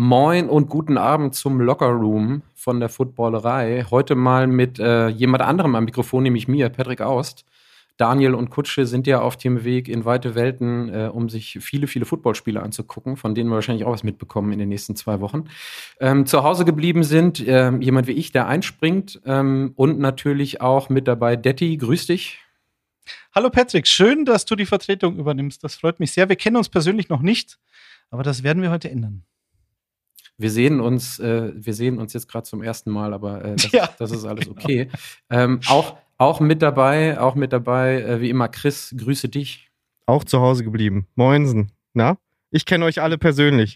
Moin und guten Abend zum Lockerroom von der Footballerei. Heute mal mit jemand anderem am Mikrofon, nämlich mir, Patrick Aust. Daniel und Kutsche sind ja auf dem Weg in weite Welten, um sich viele, viele Footballspiele anzugucken, von denen wir wahrscheinlich auch was mitbekommen in den nächsten 2 Wochen. Zu Hause geblieben sind jemand wie ich, der einspringt, und natürlich auch mit dabei Detti. Grüß dich. Hallo Patrick, schön, dass du die Vertretung übernimmst. Das freut mich sehr. Wir kennen uns persönlich noch nicht, aber das werden wir heute ändern. Wir sehen uns jetzt gerade zum ersten Mal, aber das ist alles okay. Auch mit dabei, wie immer, Chris, grüße dich. Auch zu Hause geblieben. Moinsen. Na? Ich kenne euch alle persönlich.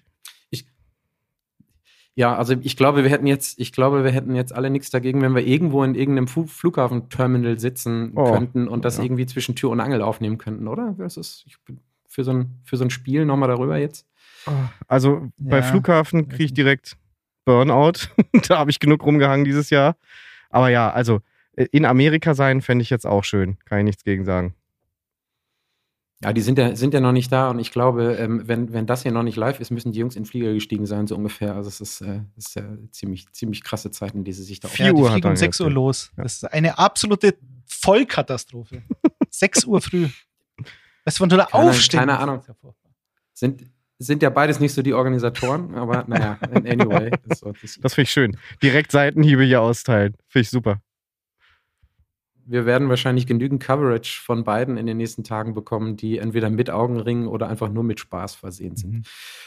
Also ich glaube, wir hätten jetzt alle nichts dagegen, wenn wir irgendwo in irgendeinem Flughafenterminal sitzen könnten und das irgendwie zwischen Tür und Angel aufnehmen könnten, oder? Ich bin für so ein Spiel nochmal darüber jetzt. Also bei Flughafen kriege ich direkt Burnout. Da habe ich genug rumgehangen dieses Jahr. Aber ja, also in Amerika sein fände ich jetzt auch schön. Kann ich nichts gegen sagen. Ja, die sind ja noch nicht da und ich glaube, wenn das hier noch nicht live ist, müssen die Jungs in den Flieger gestiegen sein, so ungefähr. Also es ist ja ziemlich krasse Zeiten, die sie sich da 4 Uhr die fliegen um 6 Uhr los. Ja. Das ist eine absolute Vollkatastrophe. 6 Uhr früh. Weißt du, wann du da aufstehst? Keine Ahnung. Sind ja beides nicht so die Organisatoren, aber naja, anyway. Das finde ich schön. Direkt Seitenhiebe hier austeilen. Finde ich super. Wir werden wahrscheinlich genügend Coverage von beiden in den nächsten Tagen bekommen, die entweder mit Augenringen oder einfach nur mit Spaß versehen sind.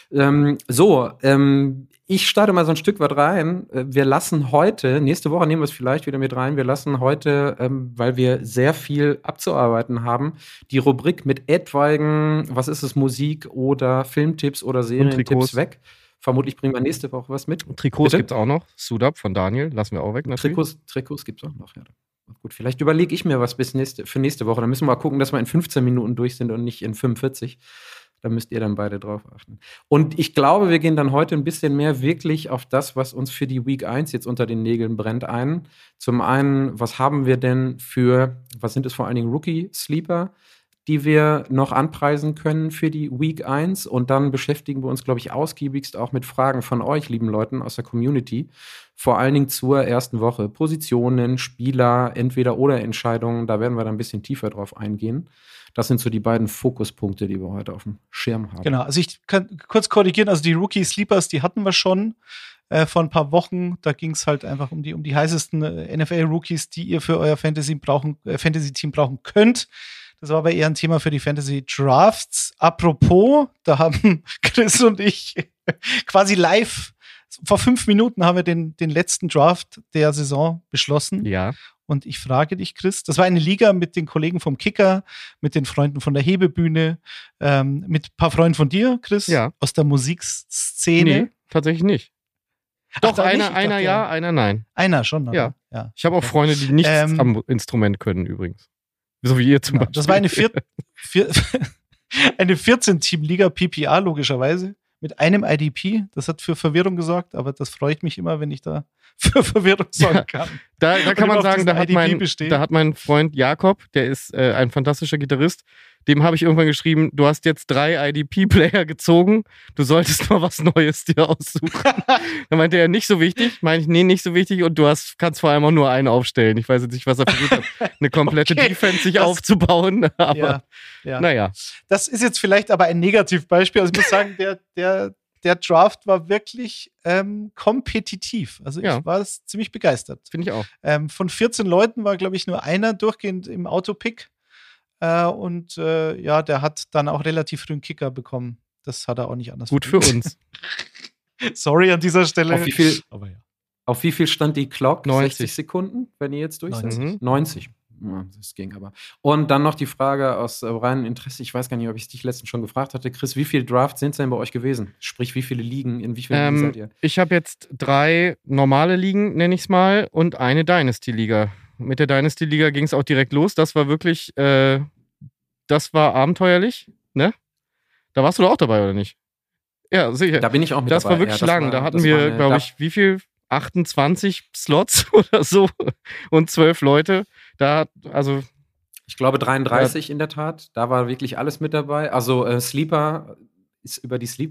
Ich starte mal so ein Stück weit rein. Wir lassen heute, nächste Woche nehmen wir es vielleicht wieder mit rein, wir lassen heute, weil wir sehr viel abzuarbeiten haben, die Rubrik mit etwaigen, was ist es, Musik oder Filmtipps oder Serientipps weg. Vermutlich bringen wir nächste Woche was mit. Trikots gibt es auch noch. Sudab von Daniel, lassen wir auch weg natürlich. Trikots gibt es auch noch, ja. Gut, vielleicht überlege ich mir was für nächste Woche. Dann müssen wir mal gucken, dass wir in 15 Minuten durch sind und nicht in 45. Da müsst ihr dann beide drauf achten. Und ich glaube, wir gehen dann heute ein bisschen mehr wirklich auf das, was uns für die Week 1 jetzt unter den Nägeln brennt, ein. Zum einen, was sind es vor allen Dingen Rookie-Sleeper, die wir noch anpreisen können für die Week 1. Und dann beschäftigen wir uns, glaube ich, ausgiebigst auch mit Fragen von euch, lieben Leuten aus der Community. Vor allen Dingen zur ersten Woche. Positionen, Spieler, Entweder-oder-Entscheidungen. Da werden wir dann ein bisschen tiefer drauf eingehen. Das sind so die beiden Fokuspunkte, die wir heute auf dem Schirm haben. Genau, also ich kann kurz korrigieren. Also die Rookie-Sleepers, die hatten wir schon vor ein paar Wochen. Da ging es halt einfach um die heißesten NFL-Rookies, die ihr für euer Fantasy-Team brauchen könnt. Das war aber eher ein Thema für die Fantasy-Drafts. Apropos, da haben Chris und ich quasi live, vor 5 Minuten haben wir den letzten Draft der Saison beschlossen. Ja. Und ich frage dich, Chris, das war eine Liga mit den Kollegen vom Kicker, mit den Freunden von der Hebebühne, mit ein paar Freunden von dir, Chris, aus der Musikszene. Nee, tatsächlich nicht. Doch, einer ja, einer nein. Einer schon, oder? Ja. Ich habe auch Freunde, die nichts am Instrument können übrigens. So wie ihr zum Beispiel. Das war eine 14-Team-Liga, PPA logischerweise, mit einem IDP. Das hat für Verwirrung gesorgt, aber das freut mich immer, wenn ich da für Verwirrung sorgen kann. Da kann man sagen, da hat mein Freund Jakob, der ist ein fantastischer Gitarrist, dem habe ich irgendwann geschrieben, du hast jetzt 3 IDP-Player gezogen, du solltest mal was Neues dir aussuchen. Dann meinte er, nicht so wichtig. Meine ich, nee, nicht so wichtig und du kannst vor allem auch nur einen aufstellen. Ich weiß jetzt nicht, was er versucht hat, eine komplette Defense sich aufzubauen, aber naja. Das ist jetzt vielleicht aber ein Negativbeispiel. Also ich muss sagen, der Draft war wirklich kompetitiv. Also ich war ziemlich begeistert. Finde ich auch. Von 14 Leuten war, glaube ich, nur einer durchgehend im Autopick. Der hat dann auch relativ früh einen Kicker bekommen. Das hat er auch nicht anders Gut für uns. Sorry an dieser Stelle. Auf wie viel stand die Clock? 90 60 Sekunden, wenn ihr jetzt durch seid? 90. 90. Ja, das ging aber. Und dann noch die Frage aus reinem Interesse. Ich weiß gar nicht, ob ich es dich letztens schon gefragt hatte. Chris, wie viele Drafts sind es denn bei euch gewesen? Sprich, wie viele Ligen? In wie vielen Ligen seid ihr? Ich habe jetzt 3 normale Ligen, nenne ich es mal, und eine Dynasty-Liga. Mit der Dynasty-Liga ging es auch direkt los. Das war wirklich, das war abenteuerlich, ne? Da warst du doch auch dabei, oder nicht? Ja, sicher. Da bin ich auch mit dabei. Das war wirklich lang. Da hatten wir, glaube ich, wie viel? 28 Slots oder so und 12 Leute. Ich glaube 33 in der Tat. Da war wirklich alles mit dabei. Also Sleeper ist über die Sleeper-App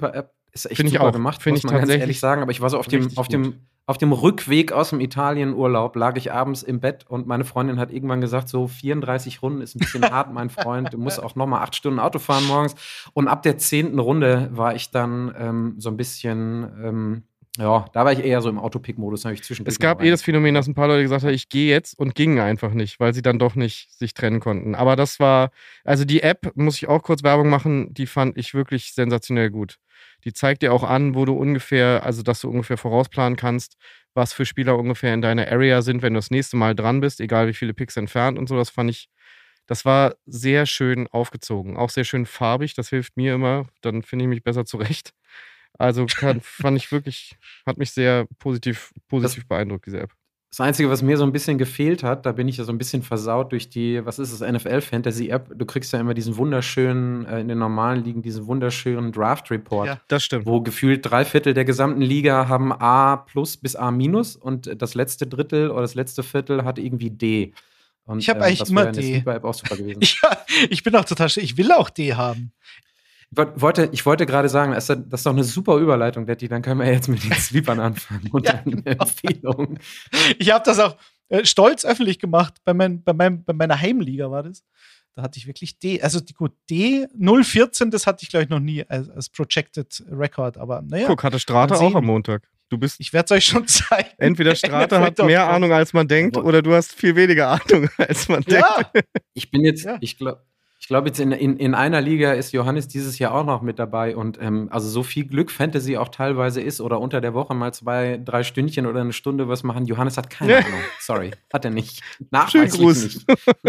Ist echt super gemacht, muss man ganz ehrlich sagen. Aber ich war so auf dem Rückweg aus dem Italienurlaub, lag ich abends im Bett und meine Freundin hat irgendwann gesagt, so 34 Runden ist ein bisschen hart, mein Freund. Du musst auch noch mal 8 Stunden Auto fahren morgens. Und ab der 10. Runde war ich dann so ein bisschen da war ich eher so im Autopick-Modus. Es gab das Phänomen, dass ein paar Leute gesagt haben, ich gehe jetzt und gingen einfach nicht, weil sie dann doch nicht sich trennen konnten. Aber das war, also die App, muss ich auch kurz Werbung machen, die fand ich wirklich sensationell gut. Die zeigt dir auch an, wo du ungefähr, also dass du ungefähr vorausplanen kannst, was für Spieler ungefähr in deiner Area sind, wenn du das nächste Mal dran bist, egal wie viele Picks entfernt und so. Das war sehr schön aufgezogen, auch sehr schön farbig, das hilft mir immer, dann finde ich mich besser zurecht. Also fand ich wirklich, hat mich sehr positiv beeindruckt, diese App. Das Einzige, was mir so ein bisschen gefehlt hat, da bin ich ja so ein bisschen versaut durch die, was ist es, NFL-Fantasy-App. Du kriegst ja immer diesen wunderschönen, in den normalen Ligen, diesen wunderschönen Draft-Report. Ja, das stimmt. Wo gefühlt 3/4 der gesamten Liga haben A+ bis A- und das letzte Drittel oder das letzte Viertel hat irgendwie D. Und, ich habe eigentlich immer D. Sleeper-App auch super gewesen. Ich bin auch total ich will auch D haben. Ich wollte gerade sagen, das ist doch eine super Überleitung, Detti. Dann können wir jetzt mit den Sleepern anfangen und ja, dann Empfehlungen. Ich habe das auch stolz öffentlich gemacht. Bei meiner Heimliga war das. Da hatte ich wirklich D. Also gut, D 014, das hatte ich, glaube ich, noch nie als Projected Record. Aber naja. Guck, hatte Strate auch am Montag. Ich werde es euch schon zeigen. Entweder Strate hat mehr Ahnung, als man denkt, oder du hast viel weniger Ahnung, als man denkt. Ich bin jetzt, ich glaube jetzt in einer Liga ist Johannes dieses Jahr auch noch mit dabei und also so viel Glück Fantasy auch teilweise ist oder unter der Woche mal 2-3 Stündchen oder eine Stunde was machen. Johannes hat keine Ahnung. Sorry, hat er nicht. Nachweislich nicht.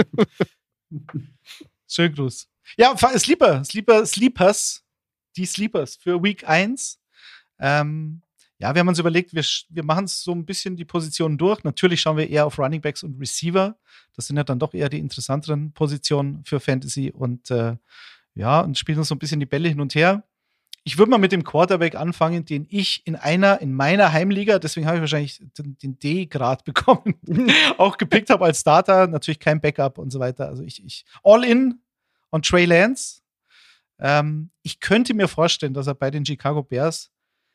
Schönen Gruß. Ja, Sleepers, die Sleepers für Week 1. Ja, wir haben uns überlegt, wir machen es so ein bisschen die Positionen durch. Natürlich schauen wir eher auf Running Backs und Receiver. Das sind ja dann doch eher die interessanteren Positionen für Fantasy und und spielen uns so ein bisschen die Bälle hin und her. Ich würde mal mit dem Quarterback anfangen, den ich in meiner Heimliga, deswegen habe ich wahrscheinlich den D-Grad bekommen, auch gepickt habe als Starter. Natürlich kein Backup und so weiter. Also ich all in on Trey Lance. Ich könnte mir vorstellen, dass er bei den Chicago Bears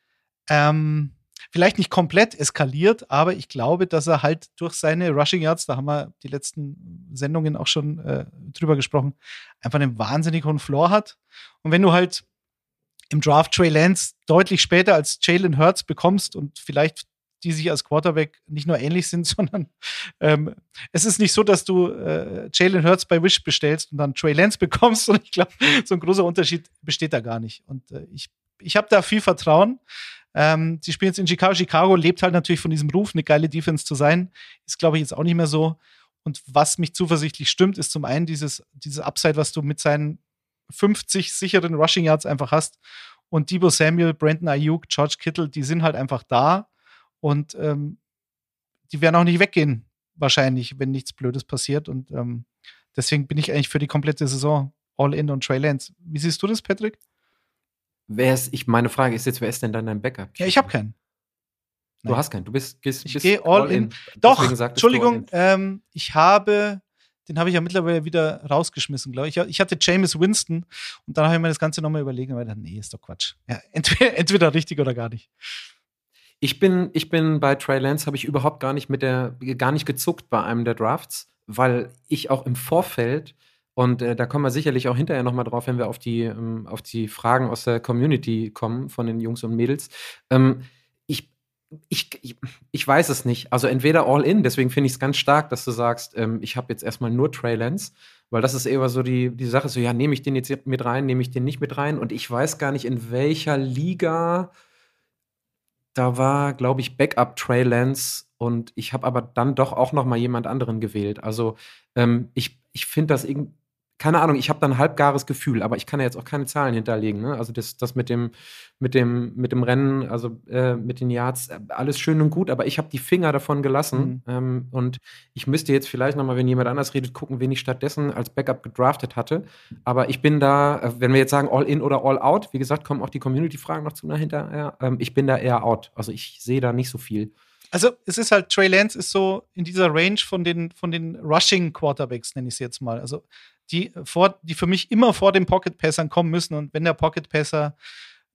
vielleicht nicht komplett eskaliert, aber ich glaube, dass er halt durch seine Rushing Yards, da haben wir die letzten Sendungen auch schon drüber gesprochen, einfach einen wahnsinnig hohen Floor hat. Und wenn du halt im Draft Trey Lance deutlich später als Jalen Hurts bekommst und vielleicht die sich als Quarterback nicht nur ähnlich sind, sondern es ist nicht so, dass du Jalen Hurts bei Wish bestellst und dann Trey Lance bekommst. Und ich glaube, so ein großer Unterschied besteht da gar nicht. Und ich habe da viel Vertrauen. Sie spielen jetzt in Chicago. Chicago lebt halt natürlich von diesem Ruf, eine geile Defense zu sein. Ist, glaube ich, jetzt auch nicht mehr so. Und was mich zuversichtlich stimmt, ist zum einen dieses Upside, was du mit seinen 50 sicheren Rushing Yards einfach hast. Und Deebo Samuel, Brandon Ayuk, George Kittle, die sind halt einfach da. Und die werden auch nicht weggehen, wahrscheinlich, wenn nichts Blödes passiert. Und deswegen bin ich eigentlich für die komplette Saison all in on Trey Lance. Wie siehst du das, Patrick? Meine Frage ist jetzt, wer ist denn dann dein Backup? Ja, ich habe keinen. Du hast keinen. Du bist ich gehe all in. Doch, Entschuldigung, den habe ich ja mittlerweile wieder rausgeschmissen, glaube ich. Ich hatte Jameis Winston und dann habe ich mir das Ganze nochmal überlegt und gedacht, nee, ist doch Quatsch. Ja, entweder richtig oder gar nicht. Ich bin bei Trey Lance, habe ich überhaupt gar nicht gezuckt bei einem der Drafts, weil ich auch im Vorfeld und da kommen wir sicherlich auch hinterher noch mal drauf, wenn wir auf die Fragen aus der Community kommen, von den Jungs und Mädels. Ich weiß es nicht. Also entweder all in, deswegen finde ich es ganz stark, dass du sagst, ich habe jetzt erstmal nur Trey Lance, weil das ist eher so die Sache, so ja, nehme ich den jetzt mit rein, nehme ich den nicht mit rein und ich weiß gar nicht, in welcher Liga da war, glaube ich, Backup Trey Lance und ich habe aber dann doch auch noch mal jemand anderen gewählt. Also ich finde das irgendwie, keine Ahnung, ich habe da ein halbgares Gefühl, aber ich kann ja jetzt auch keine Zahlen hinterlegen. Ne? Also das mit dem Rennen, also mit den Yards, alles schön und gut, aber ich habe die Finger davon gelassen. Und ich müsste jetzt vielleicht noch mal, wenn jemand anders redet, gucken, wen ich stattdessen als Backup gedraftet hatte. Aber ich bin da, wenn wir jetzt sagen All in oder All out, wie gesagt, kommen auch die Community-Fragen noch zu hinterher. Ich bin da eher out. Also ich sehe da nicht so viel. Also es ist halt, Trey Lance ist so in dieser Range von den Rushing Quarterbacks, nenne ich es jetzt mal. Also die für mich immer vor den Pocket Passern kommen müssen. Und wenn der Pocket Passer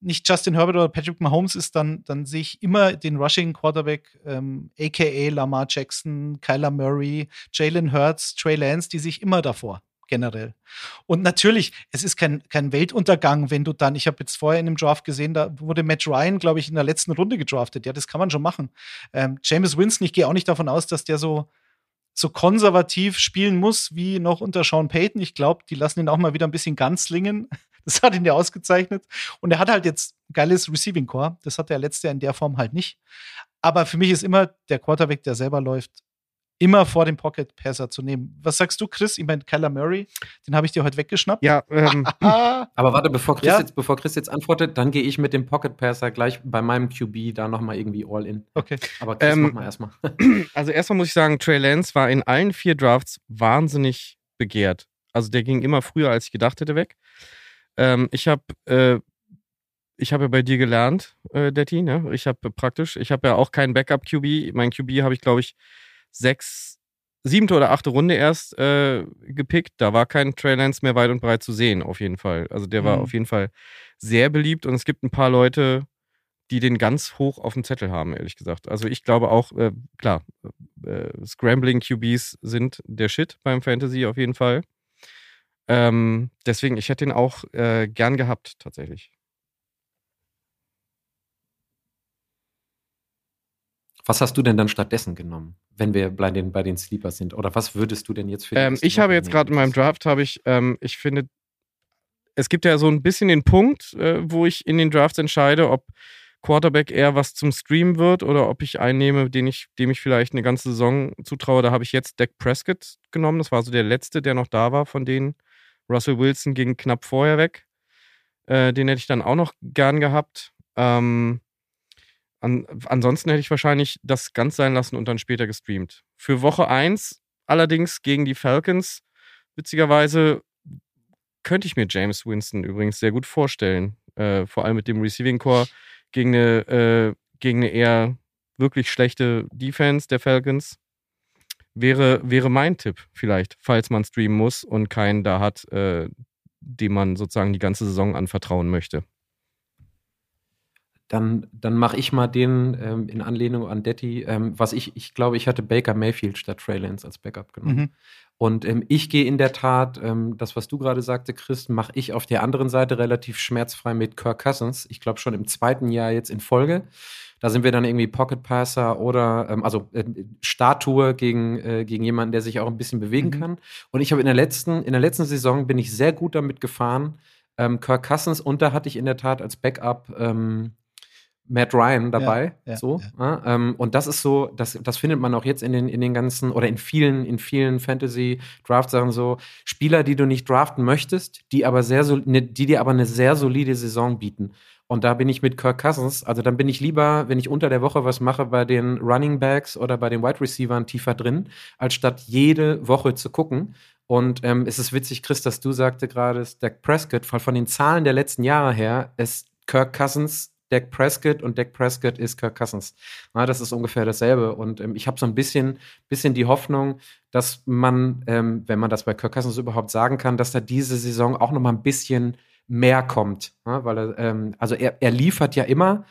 nicht Justin Herbert oder Patrick Mahomes ist, dann sehe ich immer den Rushing Quarterback, a.k.a. Lamar Jackson, Kyler Murray, Jalen Hurts, Trey Lance, die sehe ich immer davor, generell. Und natürlich, es ist kein Weltuntergang, wenn du dann, ich habe jetzt vorher in dem Draft gesehen, da wurde Matt Ryan, glaube ich, in der letzten Runde gedraftet. Ja, das kann man schon machen. Jameis Winston, ich gehe auch nicht davon aus, dass der so konservativ spielen muss wie noch unter Sean Payton. Ich glaube, die lassen ihn auch mal wieder ein bisschen ganzlingen. Das hat ihn ja ausgezeichnet. Und er hat halt jetzt ein geiles Receiving Core. Das hat er letztes Jahr in der Form halt nicht. Aber für mich ist immer der Quarterback, der selber läuft, immer vor dem Pocket Passer zu nehmen. Was sagst du, Chris? Ich meine, Kyler Murray, den habe ich dir heute weggeschnappt. Ja, aber warte, bevor Chris jetzt antwortet, dann gehe ich mit dem Pocket Passer gleich bei meinem QB da nochmal irgendwie all in. Okay. Aber Chris, mach mal erstmal. Also erstmal muss ich sagen, Trey Lance war in allen 4 Drafts wahnsinnig begehrt. Also der ging immer früher, als ich gedacht hätte, weg. Ich habe ja bei dir gelernt, Detti, ne? Ich habe ja auch keinen Backup-QB. Mein QB habe ich, glaube ich, 7. oder 8. Runde erst gepickt. Da war kein Trey Lance mehr weit und breit zu sehen, auf jeden Fall. Also der war auf jeden Fall sehr beliebt und es gibt ein paar Leute, die den ganz hoch auf dem Zettel haben, ehrlich gesagt. Also ich glaube auch, klar, Scrambling QBs sind der Shit beim Fantasy auf jeden Fall. Deswegen, ich hätte ihn auch gern gehabt, tatsächlich. Was hast du denn dann stattdessen genommen, wenn wir bei den Sleepers sind? Oder was würdest du denn jetzt für die Ich habe jetzt gerade in meinem Draft, ich finde, es gibt ja so ein bisschen den Punkt, wo ich in den Drafts entscheide, ob Quarterback eher was zum Stream wird oder ob ich einen nehme, dem ich vielleicht eine ganze Saison zutraue. Da habe ich jetzt Dak Prescott genommen. Das war so der letzte, der noch da war von denen. Russell Wilson ging knapp vorher weg. Den hätte ich dann auch noch gern gehabt. Ansonsten hätte ich wahrscheinlich das ganz sein lassen und dann später gestreamt. Für Woche 1 allerdings gegen die Falcons, witzigerweise, könnte ich mir Jameis Winston übrigens sehr gut vorstellen. Vor allem mit dem Receiving Core gegen eine eher wirklich schlechte Defense der Falcons. Wäre mein Tipp vielleicht, falls man streamen muss und keinen da hat, dem man sozusagen die ganze Saison anvertrauen möchte. Dann mache ich mal den in Anlehnung an Detti, ich glaube, ich hatte Baker Mayfield statt Trey Lance als Backup genommen. Und ich gehe in der Tat, das, was du gerade sagte, Chris, mache ich auf der anderen Seite relativ schmerzfrei mit Kirk Cousins. Ich glaube schon im 2. Jahr jetzt in Folge. Da sind wir dann irgendwie Pocket Passer oder Statue gegen jemanden, der sich auch ein bisschen bewegen kann. Und ich habe in der letzten Saison bin ich sehr gut damit gefahren, Kirk Cousins, und da hatte ich in der Tat als Backup Matt Ryan dabei. Und das ist so, das findet man auch jetzt in den ganzen oder in vielen Fantasy-Draft-Sachen so, Spieler, die du nicht draften möchtest, die dir aber eine sehr solide Saison bieten. Und da bin ich mit Kirk Cousins, also dann bin ich lieber, wenn ich unter der Woche was mache, bei den Running Backs oder bei den Wide Receivern tiefer drin, als statt jede Woche zu gucken. Und es ist witzig, Chris, dass du sagte gerade, Dak Prescott, von den Zahlen der letzten Jahre her, ist Kirk Cousins Dak Prescott und Dak Prescott ist Kirk Cousins. Ja, das ist ungefähr dasselbe. Und ich habe so ein bisschen die Hoffnung, dass man, wenn man das bei Kirk Cousins überhaupt sagen kann, dass da diese Saison auch noch mal ein bisschen mehr kommt. Ja, weil er liefert ja immer.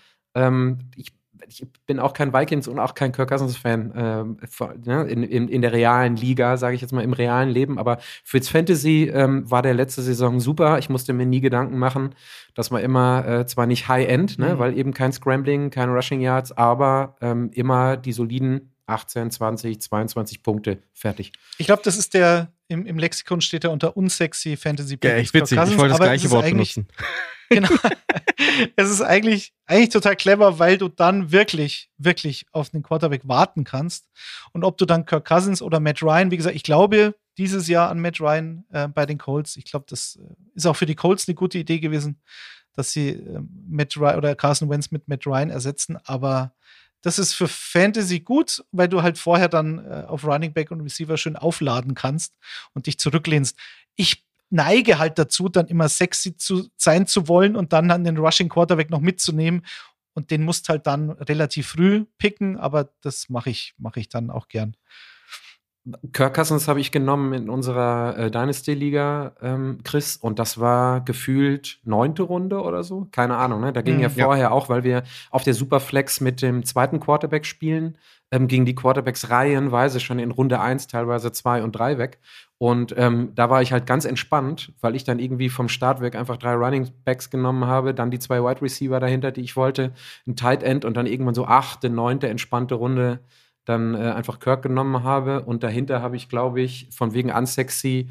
Ich bin auch kein Vikings und auch kein Kirk Cousins-Fan in der realen Liga, sage ich jetzt mal, im realen Leben. Aber fürs Fantasy war der letzte Saison super. Ich musste mir nie Gedanken machen, dass man immer, zwar nicht High-End, weil eben kein Scrambling, keine Rushing Yards, aber immer die soliden 18, 20, 22 Punkte fertig. Ich glaube, das ist im Lexikon steht er unter unsexy Fantasy. Ja, echt witzig. Ich wollte das gleiche Wort benutzen. Genau. Es ist eigentlich total clever, weil du dann wirklich, wirklich auf den Quarterback warten kannst. Und ob du dann Kirk Cousins oder Matt Ryan, wie gesagt, ich glaube dieses Jahr an Matt Ryan bei den Colts. Ich glaube, das ist auch für die Colts eine gute Idee gewesen, dass sie Matt Ryan oder Carson Wentz mit Matt Ryan ersetzen. Aber das ist für Fantasy gut, weil du halt vorher dann auf Running Back und Receiver schön aufladen kannst und dich zurücklehnst. Ich neige halt dazu, dann immer sexy sein zu wollen und dann den Rushing Quarterback noch mitzunehmen. Und den musst halt dann relativ früh picken, aber das mache ich dann auch gern. Kirk Cousins habe ich genommen in unserer Dynasty-Liga, Chris, und das war gefühlt 9. Runde oder so. Keine Ahnung, ne? Da ging ja vorher auch, weil wir auf der Superflex mit dem zweiten Quarterback spielen, gingen die Quarterbacks reihenweise schon in Runde 1, teilweise 2 und 3 weg. Und da war ich halt ganz entspannt, weil ich dann irgendwie vom Start weg einfach 3 Running Backs genommen habe, dann die 2 Wide Receiver dahinter, die ich wollte, ein Tight End und dann irgendwann so 8., 9. entspannte Runde dann einfach Kirk genommen habe. Und dahinter habe ich, glaube ich, von wegen unsexy,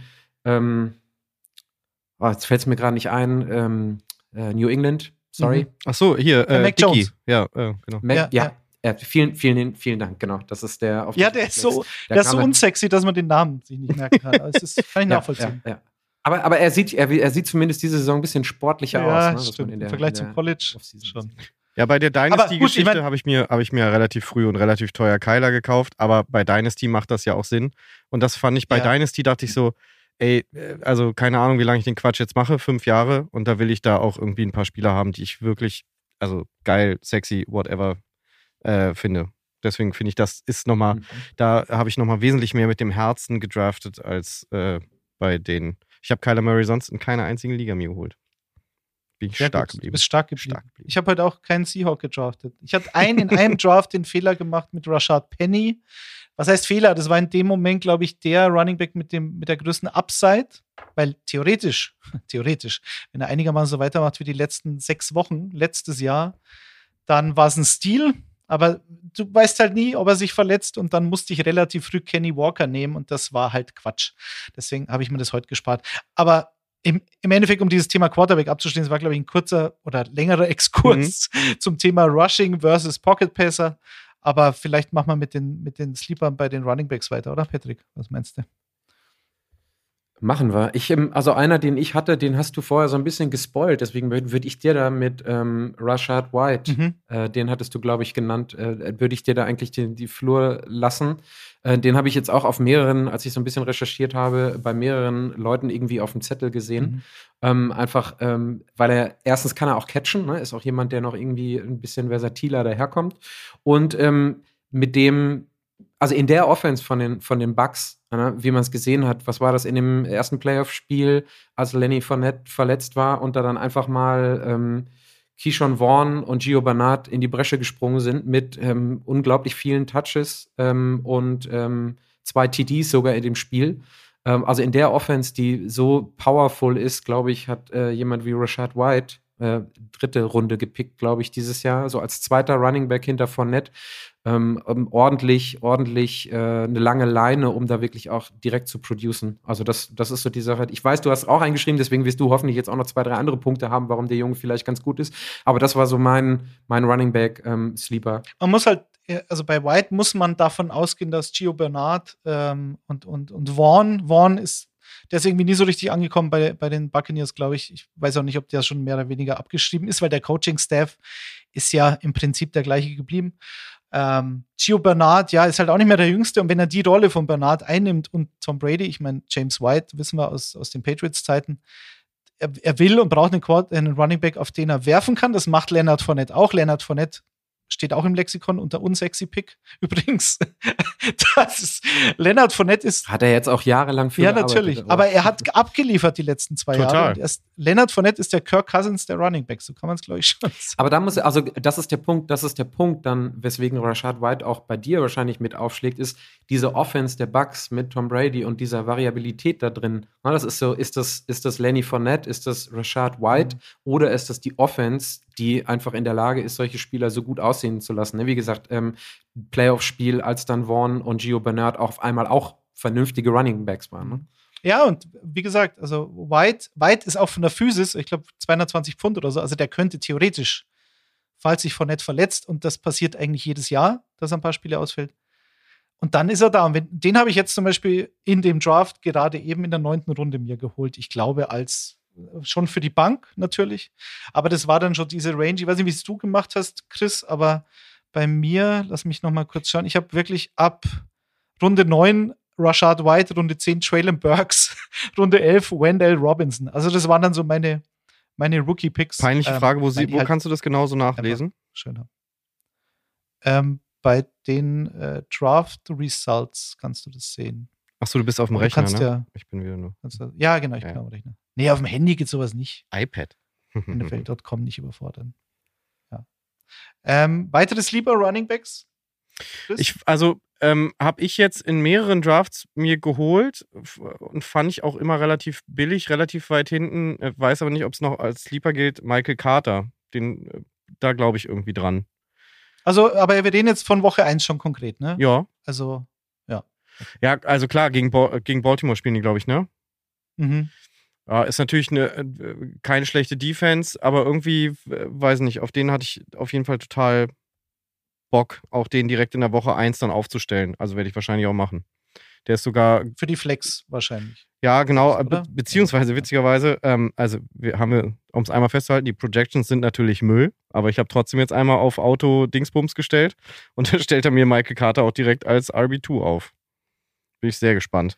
jetzt fällt es mir gerade nicht ein, New England, sorry. Ach so, hier, Mac Dickey. Jones. Ja, genau. Mac, ja. Vielen Dank, genau. Das ist der auf der ist so unsexy, dass man den Namen sich nicht merken kann. Also das kann ich nachvollziehen. Ja. Aber er sieht zumindest diese Saison ein bisschen sportlicher aus. Ne? Stimmt. Im Vergleich zum College schon. Ja, bei der Dynasty-Geschichte habe ich mir relativ früh und relativ teuer Kyler gekauft, aber bei Dynasty macht das ja auch Sinn. Und das fand ich bei Dynasty, dachte ich so, also keine Ahnung, wie lange ich den Quatsch jetzt mache, 5 Jahre, und da will ich da auch irgendwie ein paar Spieler haben, die ich wirklich, also geil, sexy, whatever, finde. Deswegen finde ich, das ist nochmal, da habe ich nochmal wesentlich mehr mit dem Herzen gedraftet als bei denen. Ich habe Kyler Murray sonst in keiner einzigen Liga mir geholt. Bin ich stark geblieben. Du bist stark geblieben. Ich habe heute auch keinen Seahawk gedraftet. Ich hatte in einem Draft den Fehler gemacht mit Rashad Penny. Was heißt Fehler? Das war in dem Moment, glaube ich, der Running Back mit der größten Upside, weil theoretisch, wenn er einigermaßen so weitermacht wie die letzten 6 Wochen, letztes Jahr, dann war es ein Steal. Aber du weißt halt nie, ob er sich verletzt, und dann musste ich relativ früh Kenny Walker nehmen, und das war halt Quatsch. Deswegen habe ich mir das heute gespart. Aber im Endeffekt, um dieses Thema Quarterback abzuschließen, das war, glaube ich, ein kurzer oder längerer Exkurs zum Thema Rushing versus Pocket Passer. Aber vielleicht machen wir mit den Sleepern bei den Running Backs weiter, oder Patrick? Was meinst du? Machen wir. Also einer, den ich hatte, den hast du vorher so ein bisschen gespoilt, deswegen würde ich dir da mit Rashad White, den hattest du, glaube ich, genannt, würde ich dir da eigentlich die Flur lassen. Den habe ich jetzt auch auf mehreren, als ich so ein bisschen recherchiert habe, bei mehreren Leuten irgendwie auf dem Zettel gesehen. Einfach, weil erstens kann er auch catchen, ne? Ist auch jemand, der noch irgendwie ein bisschen versatiler daherkommt. Und mit dem, also in der Offense von den Bucks, wie man es gesehen hat, was war das in dem ersten Playoff-Spiel, als Lenny Fournette verletzt war und da dann einfach mal Keyshawn Vaughn und Gio Bernard in die Bresche gesprungen sind mit unglaublich vielen Touches und 2 TDs sogar in dem Spiel. Also in der Offense, die so powerful ist, glaube ich, hat jemand wie Rashad White 3. Runde gepickt, glaube ich, dieses Jahr, so als 2. Running Back hinter Fournette. Ordentlich eine lange Leine, um da wirklich auch direkt zu producen. Also das ist so die Sache. Ich weiß, du hast auch eingeschrieben, deswegen wirst du hoffentlich jetzt auch noch 2, 3 andere Punkte haben, warum der Junge vielleicht ganz gut ist. Aber das war so mein Running Back Sleeper. Man muss halt, also bei White muss man davon ausgehen, dass Gio Bernard und Vaughn ist, der ist irgendwie nie so richtig angekommen bei den Buccaneers, glaube ich. Ich weiß auch nicht, ob der schon mehr oder weniger abgeschrieben ist, weil der Coaching-Staff ist ja im Prinzip der gleiche geblieben. Gio Bernard, ja, ist halt auch nicht mehr der Jüngste, und wenn er die Rolle von Bernard einnimmt und Tom Brady, ich meine, James White, wissen wir aus den Patriots-Zeiten, er will und braucht einen Running Back, auf den er werfen kann. Das macht Leonard Fournette auch. Leonard Fournette steht auch im Lexikon unter unsexy Pick. Übrigens, Leonard Fournette ist. Hat er jetzt auch jahrelang für gearbeitet. Ja, natürlich. Aber er hat abgeliefert die letzten 2 Jahre. Leonard Fournette ist der Kirk Cousins der Running Back. So kann man es, glaube ich, schon sagen. Aber das ist der Punkt dann, weswegen Rashad White auch bei dir wahrscheinlich mit aufschlägt, ist diese Offense der Bucks mit Tom Brady und dieser Variabilität da drin. Das ist so, ist das Lenny Fournette, ist das Rashad White oder ist das die Offense, die einfach in der Lage ist, solche Spieler so gut aussehen zu lassen. Wie gesagt, Playoff-Spiel, als dann Vaughn und Gio Bernard auf einmal auch vernünftige Running Backs waren. Ne? Ja, und wie gesagt, also White ist auch von der Physis, ich glaube 220 Pfund oder so, also der könnte theoretisch, falls sich Fournette verletzt, und das passiert eigentlich jedes Jahr, dass er ein paar Spiele ausfällt, und dann ist er da. Und den habe ich jetzt zum Beispiel in dem Draft gerade eben in der 9. Runde mir geholt. Ich glaube, als schon für die Bank natürlich. Aber das war dann schon diese Range. Ich weiß nicht, wie es du gemacht hast, Chris, aber bei mir, lass mich noch mal kurz schauen, ich habe wirklich ab Runde 9 Rashad White, Runde 10 Traylon Burks, Runde 11 Wendell Robinson. Also das waren dann so meine Rookie-Picks. Peinliche Frage, wo kannst du das genauso nachlesen? Schön. bei den Draft-Results kannst du das sehen. Achso, du bist auf dem Rechner, ne? Ich bin wieder nur. Ja, genau, ich bin auf dem Rechner. Nee, auf dem Handy geht sowas nicht. iPad. NFL.com nicht überfordern. Ja. Weitere Sleeper Running Backs? Habe ich jetzt in mehreren Drafts mir geholt und fand ich auch immer relativ billig, relativ weit hinten. Weiß aber nicht, ob es noch als Sleeper gilt. Michael Carter, da glaube ich irgendwie dran. Also, aber wir reden jetzt von Woche 1 schon konkret, ne? Ja. Also, ja. Ja, also klar, gegen Baltimore spielen die, glaube ich, ne? Mhm. Ist natürlich keine schlechte Defense, aber irgendwie, weiß nicht, auf den hatte ich auf jeden Fall total Bock, auch den direkt in der Woche 1 dann aufzustellen. Also werde ich wahrscheinlich auch machen. Der ist sogar... Für die Flex wahrscheinlich. Ja, genau. Beziehungsweise, witzigerweise, um es einmal festzuhalten, die Projections sind natürlich Müll, aber ich habe trotzdem jetzt einmal auf Auto-Dingsbums gestellt und da stellt er mir Michael Carter auch direkt als RB2 auf. Bin ich sehr gespannt.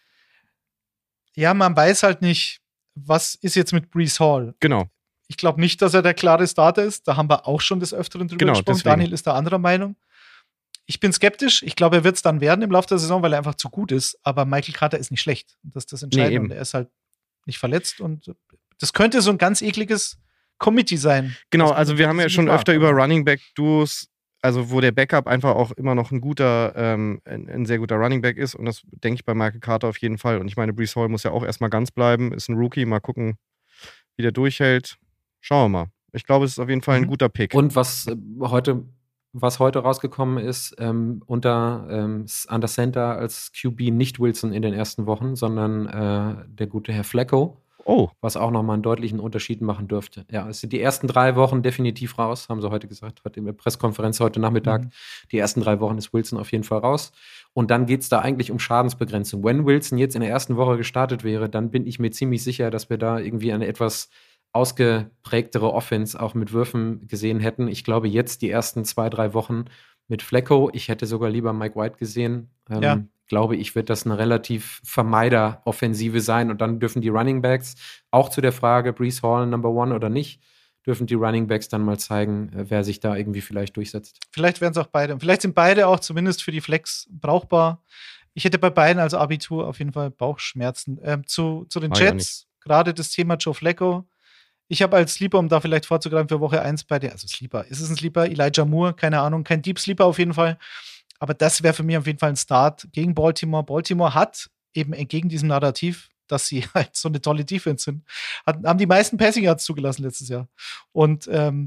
Ja, man weiß halt nicht, was ist jetzt mit Breece Hall. Genau. Ich glaube nicht, dass er der klare Starter ist. Da haben wir auch schon des Öfteren drüber gesprochen. Deswegen. Daniel ist da anderer Meinung. Ich bin skeptisch. Ich glaube, er wird es dann werden im Laufe der Saison, weil er einfach zu gut ist. Aber Michael Carter ist nicht schlecht. Das ist das Entscheidende. Und er ist halt nicht verletzt. Und das könnte so ein ganz ekliges Committee sein. Genau, also wir haben ja schon öfter über Running Back Duos, also wo der Backup einfach auch immer noch ein sehr guter Running Back ist. Und das denke ich bei Michael Carter auf jeden Fall. Und ich meine, Breece Hall muss ja auch erstmal ganz bleiben. Ist ein Rookie. Mal gucken, wie der durchhält. Schauen wir mal. Ich glaube, es ist auf jeden Fall ein guter Pick. Und was heute rausgekommen ist, unter Center als QB nicht Wilson in den ersten Wochen, sondern der gute Herr Flacco. Oh. Was auch nochmal einen deutlichen Unterschied machen dürfte. Ja, es sind die ersten 3 Wochen definitiv raus, haben sie heute gesagt, heute in der Pressekonferenz heute Nachmittag. Die ersten 3 Wochen ist Wilson auf jeden Fall raus. Und dann geht es da eigentlich um Schadensbegrenzung. Wenn Wilson jetzt in der ersten Woche gestartet wäre, dann bin ich mir ziemlich sicher, dass wir da irgendwie eine etwas ausgeprägtere Offense auch mit Würfen gesehen hätten. Ich glaube, jetzt die ersten 2-3 Wochen mit Flacco, ich hätte sogar lieber Mike White gesehen. Glaube ich, wird das eine relativ Vermeider-Offensive sein. Und dann dürfen die Running Backs, auch zu der Frage, Breece Hall Number 1 oder nicht, dürfen die Running Backs dann mal zeigen, wer sich da irgendwie vielleicht durchsetzt. Vielleicht werden es auch beide. Vielleicht sind beide auch zumindest für die Flex brauchbar. Ich hätte bei beiden als Abitur auf jeden Fall Bauchschmerzen. Zu den Jets, gerade das Thema Joe Flacco. Ich habe als Sleeper, um da vielleicht vorzugreifen, für Woche 1 Sleeper, ist es ein Sleeper? Elijah Moore, keine Ahnung, kein Deep Sleeper auf jeden Fall. Aber das wäre für mich auf jeden Fall ein Start gegen Baltimore. Baltimore hat eben entgegen diesem Narrativ, dass sie halt so eine tolle Defense sind, haben die meisten Passing Yards zugelassen letztes Jahr. Und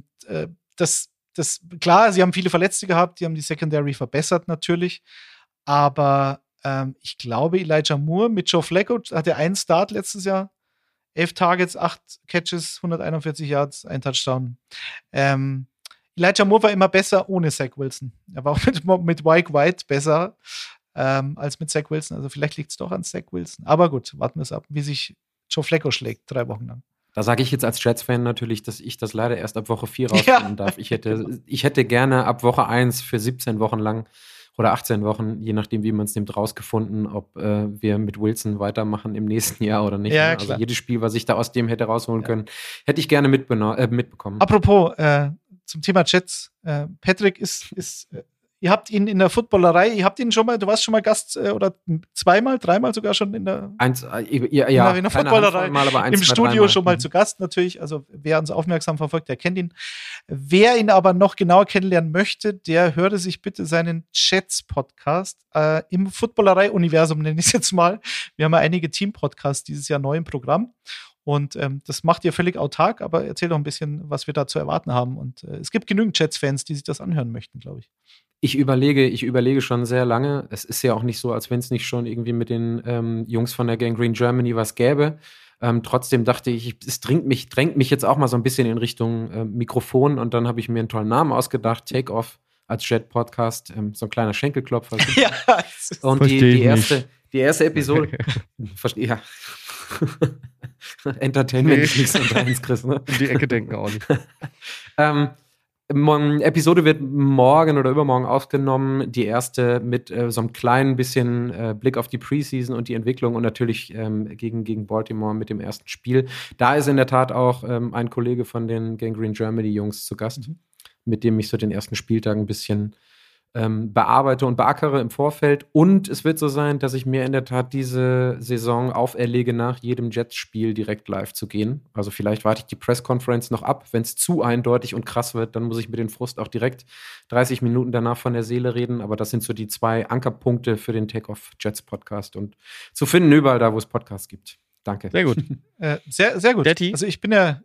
klar, sie haben viele Verletzte gehabt, die haben die Secondary verbessert natürlich. Aber ich glaube, Elijah Moore mit Joe Flacco hatte einen Start letztes Jahr. 11 Targets, 8 Catches, 141 Yards, ein Touchdown. Elijah Moore war immer besser ohne Zach Wilson. Er war auch mit Mike White besser als mit Zach Wilson. Also vielleicht liegt es doch an Zach Wilson. Aber gut, warten wir es ab, wie sich Joe Flacco schlägt, 3 Wochen lang. Da sage ich jetzt als Jets-Fan natürlich, dass ich das leider erst ab Woche 4 rausfinden darf. Ich hätte gerne ab Woche 1 für 17 Wochen lang oder 18 Wochen, je nachdem, wie man es nimmt, rausgefunden, ob wir mit Wilson weitermachen im nächsten Jahr oder nicht. Ja, also jedes Spiel, was ich da aus dem hätte rausholen können, hätte ich gerne mitbekommen. Apropos, zum Thema Jets, Patrick ihr habt ihn in der Footballerei, du warst schon mal Gast oder 2-mal, 3-mal sogar schon in der Footballerei, im Studio schon mal zu Gast natürlich. Also wer uns aufmerksam verfolgt, der kennt ihn. Wer ihn aber noch genauer kennenlernen möchte, der höre sich bitte seinen Jets-Podcast im Footballerei-Universum, nenne ich es jetzt mal. Wir haben ja einige Team-Podcasts dieses Jahr neu im Programm. Und das macht ihr völlig autark, aber erzähl doch ein bisschen, was wir da zu erwarten haben. Und es gibt genügend Jets-Fans, die sich das anhören möchten, glaube ich. Ich überlege schon sehr lange. Es ist ja auch nicht so, als wenn es nicht schon irgendwie mit den Jungs von der Gang Green Germany was gäbe. Trotzdem dachte ich, es drängt mich jetzt auch mal so ein bisschen in Richtung Mikrofon. Und dann habe ich mir einen tollen Namen ausgedacht, Take Off als Jet-Podcast. So ein kleiner Schenkelklopfer. Ja, und die erste Episode. Verstehe, ja. Entertainment ist nichts unter eins, Chris, ne? Um die Ecke denken auch nicht. Episode wird morgen oder übermorgen aufgenommen. Die erste mit so einem kleinen bisschen Blick auf die Preseason und die Entwicklung und natürlich gegen Baltimore mit dem ersten Spiel. Da ist in der Tat auch ein Kollege von den Gang Green Germany Jungs zu Gast, mit dem ich so den ersten Spieltag ein bisschen bearbeite und beackere im Vorfeld. Und es wird so sein, dass ich mir in der Tat diese Saison auferlege, nach jedem Jets-Spiel direkt live zu gehen. Also vielleicht warte ich die Press-Conference noch ab. Wenn es zu eindeutig und krass wird, dann muss ich mit den Frust auch direkt 30 Minuten danach von der Seele reden. Aber das sind so die 2 Ankerpunkte für den Take-Off-Jets-Podcast. Und zu finden überall da, wo es Podcasts gibt. Danke. Sehr gut. Sehr, sehr gut. Detti? Also ich bin ja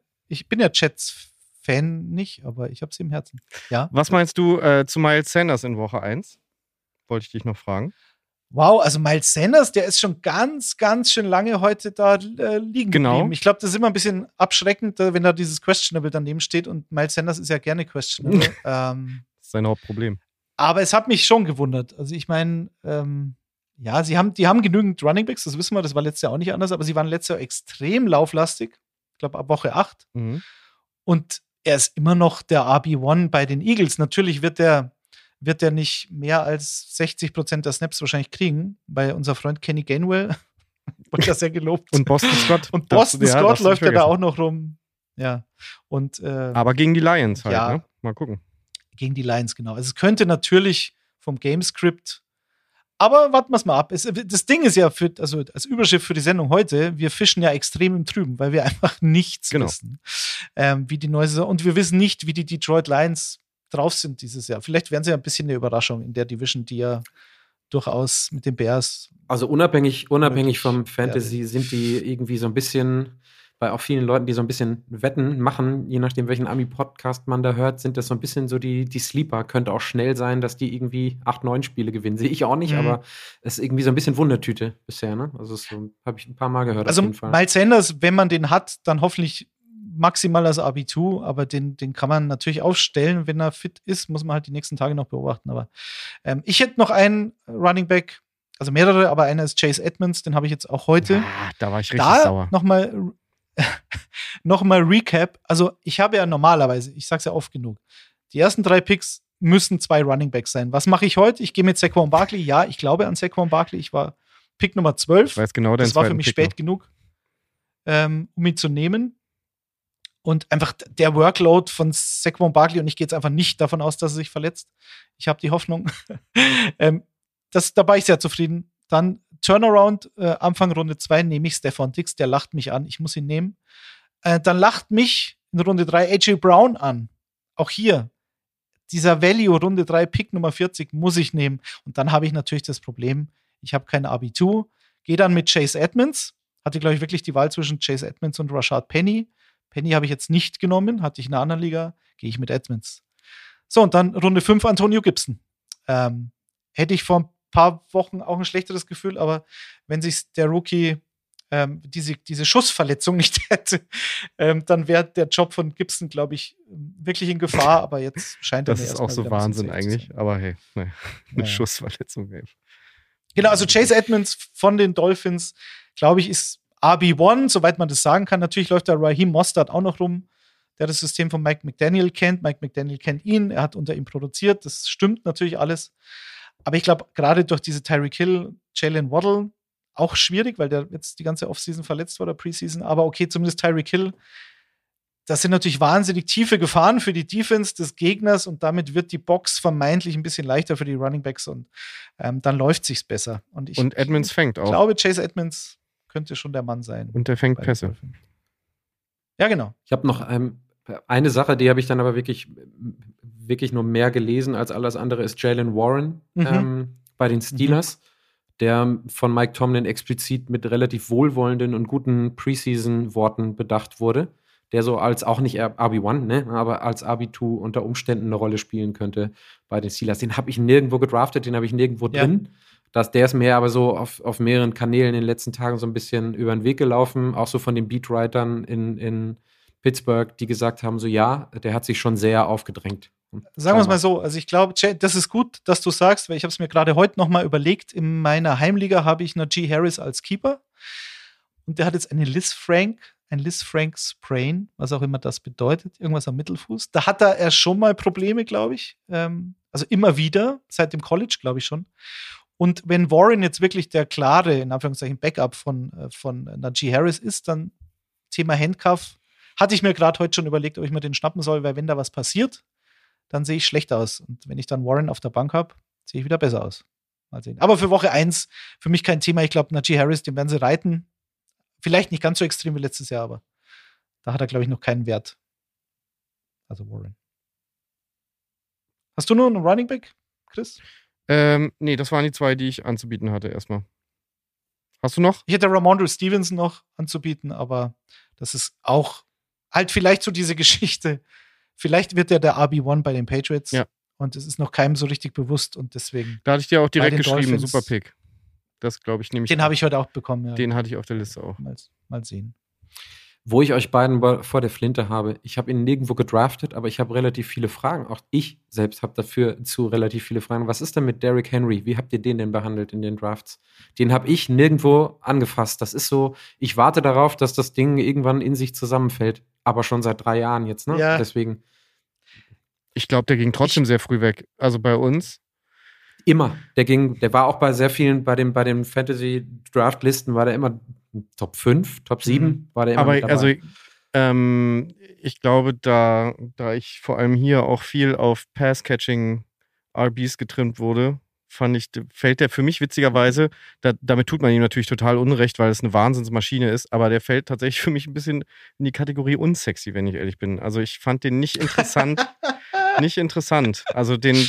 Jets-Fan nicht, aber ich habe sie im Herzen. Ja. Was meinst du zu Miles Sanders in Woche 1? Wollte ich dich noch fragen. Wow, also Miles Sanders, der ist schon ganz, ganz schön lange heute da liegen geblieben. Ich glaube, das ist immer ein bisschen abschreckend, wenn da dieses Questionable daneben steht und Miles Sanders ist ja gerne questionable. Das ist sein Hauptproblem. Aber es hat mich schon gewundert. Also ich meine, ja, die haben genügend Runningbacks, das wissen wir, das war letztes Jahr auch nicht anders, aber sie waren letztes Jahr extrem lauflastig. Ich glaube, ab Woche 8. Mhm. Und er ist immer noch der RB1 bei den Eagles. Natürlich wird der nicht mehr als 60% der Snaps wahrscheinlich kriegen, weil unser Freund Kenny Gainwell wurde ja sehr gelobt. Und Boston Scott. Und Boston Scott läuft ja da auch noch rum. Ja. Und, aber gegen die Lions halt, ja, ne? Mal gucken. Gegen die Lions, genau. Also es könnte natürlich vom Gamescript. Aber warten wir es mal ab. Das Ding ist ja, also als Überschrift für die Sendung heute, wir fischen ja extrem im Trüben, weil wir einfach nichts wissen, wie die neue Saison. Und wir wissen nicht, wie die Detroit Lions drauf sind dieses Jahr. Vielleicht werden sie ja ein bisschen eine Überraschung in der Division, die ja durchaus mit den Bears. Also unabhängig vom Fantasy sind die irgendwie so ein bisschen, bei auch vielen Leuten, die so ein bisschen Wetten machen, je nachdem, welchen Ami-Podcast man da hört, sind das so ein bisschen so die Sleeper. Könnte auch schnell sein, dass die irgendwie 8, 9 Spiele gewinnen. Sehe ich auch nicht, aber es ist irgendwie so ein bisschen Wundertüte bisher, ne? Also so, habe ich ein paar Mal gehört. Also auf jeden Fall. Miles Sanders, wenn man den hat, dann hoffentlich maximal als RB2, aber den kann man natürlich aufstellen. Wenn er fit ist, muss man halt die nächsten Tage noch beobachten. Aber ich hätte noch einen Running Back, also mehrere, aber einer ist Chase Edmonds, den habe ich jetzt auch heute. Ja, da war ich richtig sauer. Nochmal Recap. Also ich habe ja normalerweise, ich sag's ja oft genug, die ersten 3 Picks müssen 2 Running Backs sein. Was mache ich heute? Ich gehe mit Saquon Barkley. Ja, ich glaube an Saquon Barkley. Ich war Pick Nummer 12. Ich weiß genau, das war für mich spät genug, um ihn zu nehmen. Und einfach der Workload von Saquon Barkley, und ich gehe jetzt einfach nicht davon aus, dass er sich verletzt. Ich habe die Hoffnung. Da war ich sehr zufrieden. Dann Turnaround, Anfang Runde 2 nehme ich Stefon Diggs, der lacht mich an, ich muss ihn nehmen. Dann lacht mich in Runde 3 AJ Brown an. Auch hier, dieser Value Runde 3 Pick Nummer 40 muss ich nehmen. Und dann habe ich natürlich das Problem, ich habe keine RB2, gehe dann mit Chase Edmonds, hatte glaube ich wirklich die Wahl zwischen Chase Edmonds und Rashad Penny. Penny habe ich jetzt nicht genommen, hatte ich in einer anderen Liga, gehe ich mit Edmonds. So, und dann Runde 5 Antonio Gibson. Hätte ich vor ein paar Wochen auch ein schlechteres Gefühl, aber wenn sich der Rookie diese Schussverletzung nicht hätte, dann wäre der Job von Gibson, glaube ich, wirklich in Gefahr, aber jetzt scheint er mir erstmal. Das ist auch so Wahnsinn eigentlich, aber hey, eine Schussverletzung. Ey. Genau, also Chase Edmonds von den Dolphins, glaube ich, ist RB1, soweit man das sagen kann. Natürlich läuft da Raheem Mostert auch noch rum, der das System von Mike McDaniel kennt. Mike McDaniel kennt ihn, er hat unter ihm produziert, das stimmt natürlich alles. Aber ich glaube, gerade durch diese Tyreek Hill, Jalen Waddle, auch schwierig, weil der jetzt die ganze Offseason verletzt war, oder Preseason. Aber okay, zumindest Tyreek Hill. Das sind natürlich wahnsinnig tiefe Gefahren für die Defense des Gegners und damit wird die Box vermeintlich ein bisschen leichter für die Runningbacks und dann läuft sich's besser. Und Edmonds fängt auch. Ich glaube, Chase Edmonds könnte schon der Mann sein. Und der fängt Pässe. Ja, genau. Ich habe noch eine Sache, die habe ich dann aber wirklich nur mehr gelesen als alles andere, ist Jalen Warren bei den Steelers, der von Mike Tomlin explizit mit relativ wohlwollenden und guten Preseason-Worten bedacht wurde, der so als auch nicht RB1, ne, aber als RB2 unter Umständen eine Rolle spielen könnte bei den Steelers. Den habe ich nirgendwo gedraftet, den habe ich nirgendwo drin. Der ist mir aber so auf mehreren Kanälen in den letzten Tagen so ein bisschen über den Weg gelaufen, auch so von den Beatwritern in Pittsburgh, die gesagt haben, so ja, der hat sich schon sehr aufgedrängt. Sagen wir es mal so, also ich glaube, das ist gut, dass du sagst, weil ich habe es mir gerade heute noch mal überlegt, in meiner Heimliga habe ich Najee Harris als Keeper und der hat jetzt ein Liz Frank Sprain, was auch immer das bedeutet, irgendwas am Mittelfuß. Da hat er schon mal Probleme, glaube ich, also immer wieder, seit dem College, glaube ich schon. Und wenn Warren jetzt wirklich der klare, in Anführungszeichen, Backup von Najee Harris ist, dann Thema Handcuff, hatte ich mir gerade heute schon überlegt, ob ich mir den schnappen soll, weil wenn da was passiert, dann sehe ich schlecht aus. Und wenn ich dann Warren auf der Bank habe, sehe ich wieder besser aus. Mal sehen. Aber für Woche 1 für mich kein Thema. Ich glaube, Najee Harris, den werden sie reiten. Vielleicht nicht ganz so extrem wie letztes Jahr, aber da hat er, glaube ich, noch keinen Wert. Also Warren. Hast du nur einen Running Back, Chris? Nee, das waren die 2, die ich anzubieten hatte erstmal. Hast du noch? Ich hätte Ramondre Stevenson noch anzubieten, aber das ist auch halt vielleicht so diese Geschichte. Vielleicht wird der RB1 bei den Patriots. Ja. Und es ist noch keinem so richtig bewusst und deswegen. Da hatte ich dir auch direkt geschrieben, Dolphins, super Pick. Das glaube ich nämlich. Den habe ich heute auch bekommen, ja. Den hatte ich auf der Liste auch. Mal sehen. Wo ich euch beiden vor der Flinte habe, ich habe ihn nirgendwo gedraftet, aber ich habe relativ viele Fragen. Auch ich selbst habe dafür zu relativ viele Fragen. Was ist denn mit Derrick Henry? Wie habt ihr den denn behandelt in den Drafts? Den habe ich nirgendwo angefasst. Das ist so, ich warte darauf, dass das Ding irgendwann in sich zusammenfällt. Aber schon seit 3 Jahren jetzt, ne? Ja. Deswegen. Ich glaube, der ging trotzdem sehr früh weg. Also bei uns. Immer. Der war auch bei sehr vielen, bei den Fantasy-Draft-Listen war der immer Top 5, Top 7 war der immer mit dabei. Also ich glaube, da ich vor allem hier auch viel auf Pass-Catching RBs getrimmt wurde, fällt der für mich witzigerweise, damit tut man ihm natürlich total Unrecht, weil es eine Wahnsinnsmaschine ist, aber der fällt tatsächlich für mich ein bisschen in die Kategorie unsexy, wenn ich ehrlich bin. Also ich fand den nicht interessant. Nicht interessant. Also den,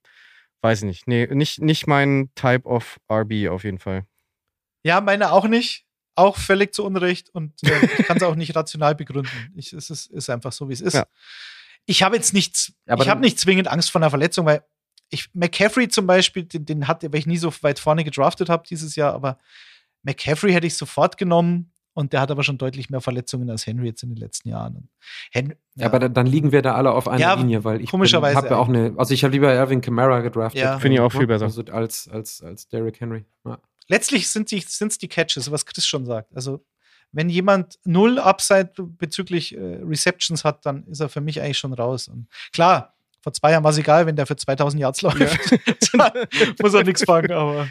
weiß ich nicht. Nee, nicht mein Type of RB auf jeden Fall. Ja, meine auch nicht. Auch völlig zu Unrecht und ich kann es auch nicht rational begründen. Es ist einfach so, wie es ist. Ja. Ich habe jetzt nicht zwingend Angst vor einer Verletzung, weil McCaffrey zum Beispiel, den weil ich nie so weit vorne gedraftet habe dieses Jahr, aber McCaffrey hätte ich sofort genommen und der hat aber schon deutlich mehr Verletzungen als Henry jetzt in den letzten Jahren. Ja, aber dann liegen wir da alle auf einer Linie, weil ich habe ja auch ich habe lieber Alvin Kamara gedraftet. Ja. Finde ich auch viel besser. Also als Derrick Henry. Ja. Letztlich sind es die Catches, was Chris schon sagt. Also, wenn jemand 0 Upside bezüglich Receptions hat, dann ist er für mich eigentlich schon raus. Und klar, vor 2 Jahren war es egal, wenn der für 2000 Yards läuft. Ja. Muss er nichts fangen, aber.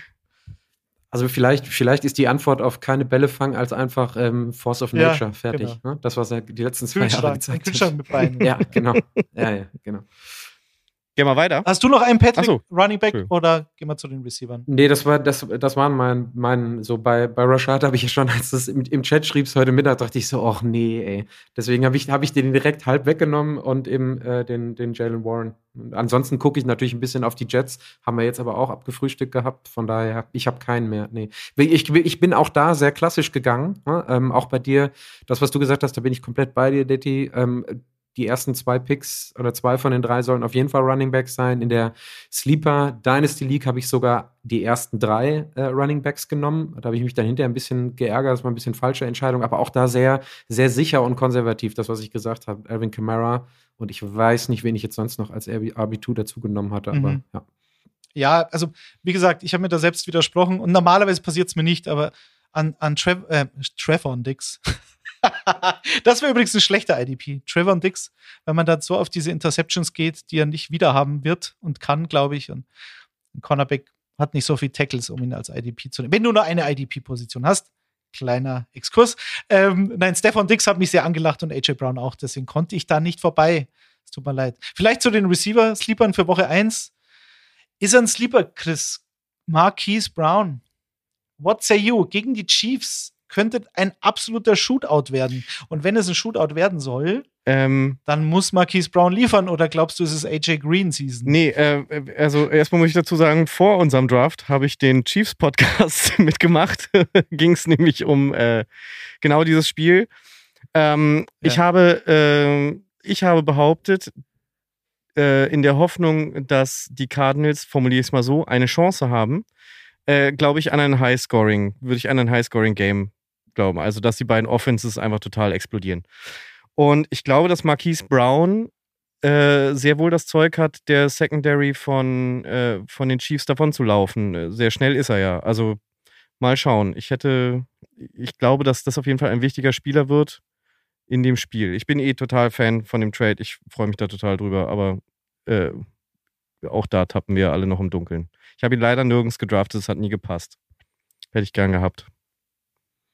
Also vielleicht ist die Antwort auf keine Bälle fangen als einfach Force of Nature, fertig. Genau. Ne? Das, was er die letzten 2 Jahre gezeigt hat. Mit Beinen. Ja, genau. Ja, genau. Gehen wir weiter. Hast du noch einen Patrick Running Back oder gehen wir zu den Receivern? Nee, das waren mein so bei Rashad habe ich ja schon, als du es im Chat schriebst heute Mittag, dachte ich so, ach nee, ey. Deswegen habe ich den direkt halb weggenommen und eben den Jalen Warren. Und ansonsten gucke ich natürlich ein bisschen auf die Jets, haben wir jetzt aber auch abgefrühstückt gehabt, von daher, ich habe keinen mehr. Nee. Ich bin auch da sehr klassisch gegangen, ne? Auch bei dir, das, was du gesagt hast, da bin ich komplett bei dir, Detti. Die ersten 2 Picks oder 2 von den 3 sollen auf jeden Fall Running Backs sein. In der Sleeper Dynasty League habe ich sogar die ersten 3 Running Backs genommen. Da habe ich mich dann hinterher ein bisschen geärgert, das war ein bisschen falsche Entscheidung, aber auch da sehr, sehr sicher und konservativ, das, was ich gesagt habe. Alvin Kamara und ich weiß nicht, wen ich jetzt sonst noch als RB2 dazu genommen hatte, aber ja. Ja, also wie gesagt, ich habe mir da selbst widersprochen und normalerweise passiert es mir nicht, aber an Trevon Diggs das wäre übrigens ein schlechter IDP. Trevon Diggs, wenn man da so auf diese Interceptions geht, die er nicht wiederhaben wird und kann, glaube ich. Und ein Cornerback hat nicht so viel Tackles, um ihn als IDP zu nehmen. Wenn du nur eine IDP-Position hast, kleiner Exkurs. Nein, Stefan Diggs hat mich sehr angelacht und AJ Brown auch. Deswegen konnte ich da nicht vorbei. Es tut mir leid. Vielleicht zu den Receiver-Sleepern für Woche 1. Ist er ein Sleeper, Chris? Marquise Brown. What say you? Gegen die Chiefs könnte ein absoluter Shootout werden. Und wenn es ein Shootout werden soll, dann muss Marquise Brown liefern. Oder glaubst du, es ist AJ Green Season? Nee, also erstmal muss ich dazu sagen, vor unserem Draft habe ich den Chiefs-Podcast mitgemacht. Ging es nämlich um genau dieses Spiel. Ich habe behauptet, in der Hoffnung, dass die Cardinals, formuliere ich es mal so, eine Chance haben, glaube ich, würde ich an ein High-Scoring-Game glauben. Also, dass die beiden Offenses einfach total explodieren. Und ich glaube, dass Marquise Brown sehr wohl das Zeug hat, der Secondary von den Chiefs davon zu laufen. Sehr schnell ist er ja. Also, mal schauen. Ich glaube, dass das auf jeden Fall ein wichtiger Spieler wird in dem Spiel. Ich bin total Fan von dem Trade. Ich freue mich da total drüber, aber auch da tappen wir alle noch im Dunkeln. Ich habe ihn leider nirgends gedraftet, es hat nie gepasst. Hätte ich gern gehabt.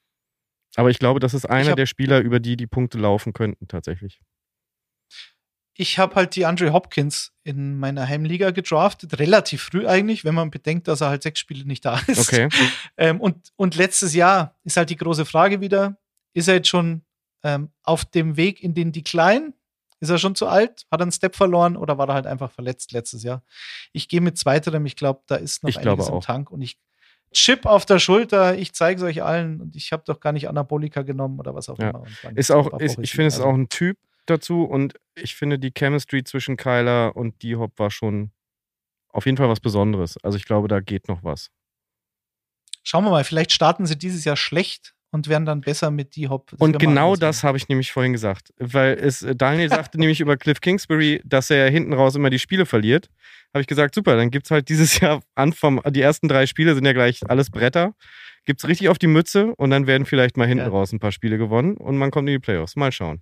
Aber ich glaube, das ist einer der Spieler, über die Punkte laufen könnten, tatsächlich. Ich habe halt die DeAndre Hopkins in meiner Heimliga gedraftet, relativ früh eigentlich, wenn man bedenkt, dass er halt 6 Spiele nicht da ist. Okay. Und letztes Jahr ist halt die große Frage wieder, ist er jetzt schon auf dem Weg in den Decline? Ist er schon zu alt? Hat er einen Step verloren oder war er halt einfach verletzt letztes Jahr? Ich gehe mit zweiterem. Ich glaube, da ist noch einiges im Tank. Und Chip auf der Schulter, ich zeige es euch allen. Und ich habe doch gar nicht Anabolika genommen oder was auch immer. Ich finde, es ist auch ein Typ dazu. Und ich finde, die Chemistry zwischen Kyler und D-Hop war schon auf jeden Fall was Besonderes. Also ich glaube, da geht noch was. Schauen wir mal, vielleicht starten sie dieses Jahr schlecht und werden dann besser mit D-Hop. Und genau das habe ich nämlich vorhin gesagt. Weil Daniel sagte nämlich über Cliff Kingsbury, dass er hinten raus immer die Spiele verliert. Habe ich gesagt, super, dann gibt es halt dieses Jahr die ersten 3 Spiele sind ja gleich alles Bretter. Gibt es richtig auf die Mütze und dann werden vielleicht mal hinten raus ein paar Spiele gewonnen und man kommt in die Playoffs. Mal schauen.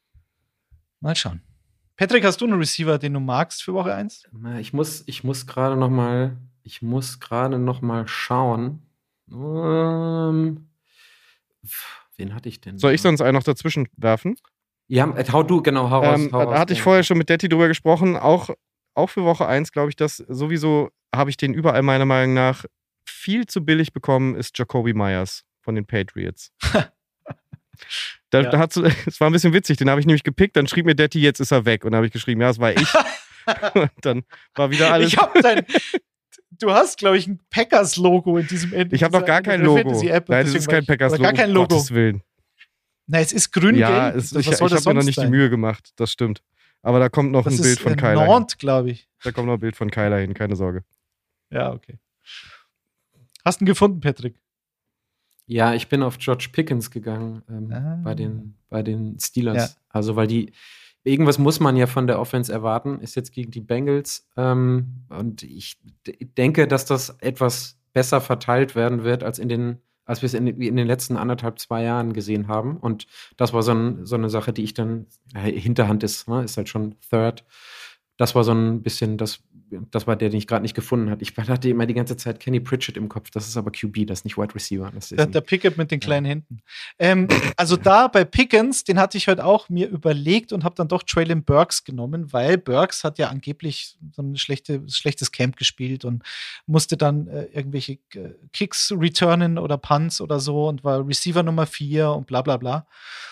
Patrick, hast du einen Receiver, den du magst für Woche 1? Ich muss gerade noch mal schauen. Wen hatte ich denn? Soll ich sonst einen noch dazwischen werfen? Ja, hau raus. Da hatte ich vorher schon mit Detti drüber gesprochen, auch für Woche 1, glaube ich, dass sowieso habe ich den überall meiner Meinung nach viel zu billig bekommen, ist Jacoby Myers von den Patriots. Es war ein bisschen witzig, den habe ich nämlich gepickt, dann schrieb mir Detti, jetzt ist er weg. Und dann habe ich geschrieben, ja, das war ich. Und dann war wieder alles. Du hast, glaube ich, ein Packers-Logo in diesem Ende. Ich habe noch gar kein Logo. Nein, das ist kein Packers-Logo. Gar kein Logo. Gottes Willen. Nein, es ist grün-gelb. Ja, ich habe mir noch nicht die Mühe gemacht, das stimmt. Aber da kommt noch ein Bild von Kyler. Nantes, glaube ich. Da kommt noch ein Bild von Kyler hin, keine Sorge. Ja, okay. Hast du ihn gefunden, Patrick? Ja, ich bin auf George Pickens gegangen bei den Steelers. Ja. Also, weil irgendwas muss man ja von der Offense erwarten, ist jetzt gegen die Bengals. Und ich denke, dass das etwas besser verteilt werden wird, als wir es in den letzten 1,5-2 Jahren gesehen haben. Und das war so eine Sache, die ich dann, Hinterhand ist, ne, ist halt schon Third. Das war so ein bisschen, das war der, den ich gerade nicht gefunden hatte. Ich hatte immer die ganze Zeit Kenny Pritchett im Kopf. Das ist aber QB, das ist nicht Wide Receiver. Das ist der Pickup mit den kleinen Händen. Also da bei Pickens, den hatte ich heute auch mir überlegt und habe dann doch Traylon Burks genommen, weil Burks hat ja angeblich so ein schlechtes Camp gespielt und musste dann irgendwelche Kicks returnen oder Punts oder so und war Receiver Nummer 4 und bla bla bla.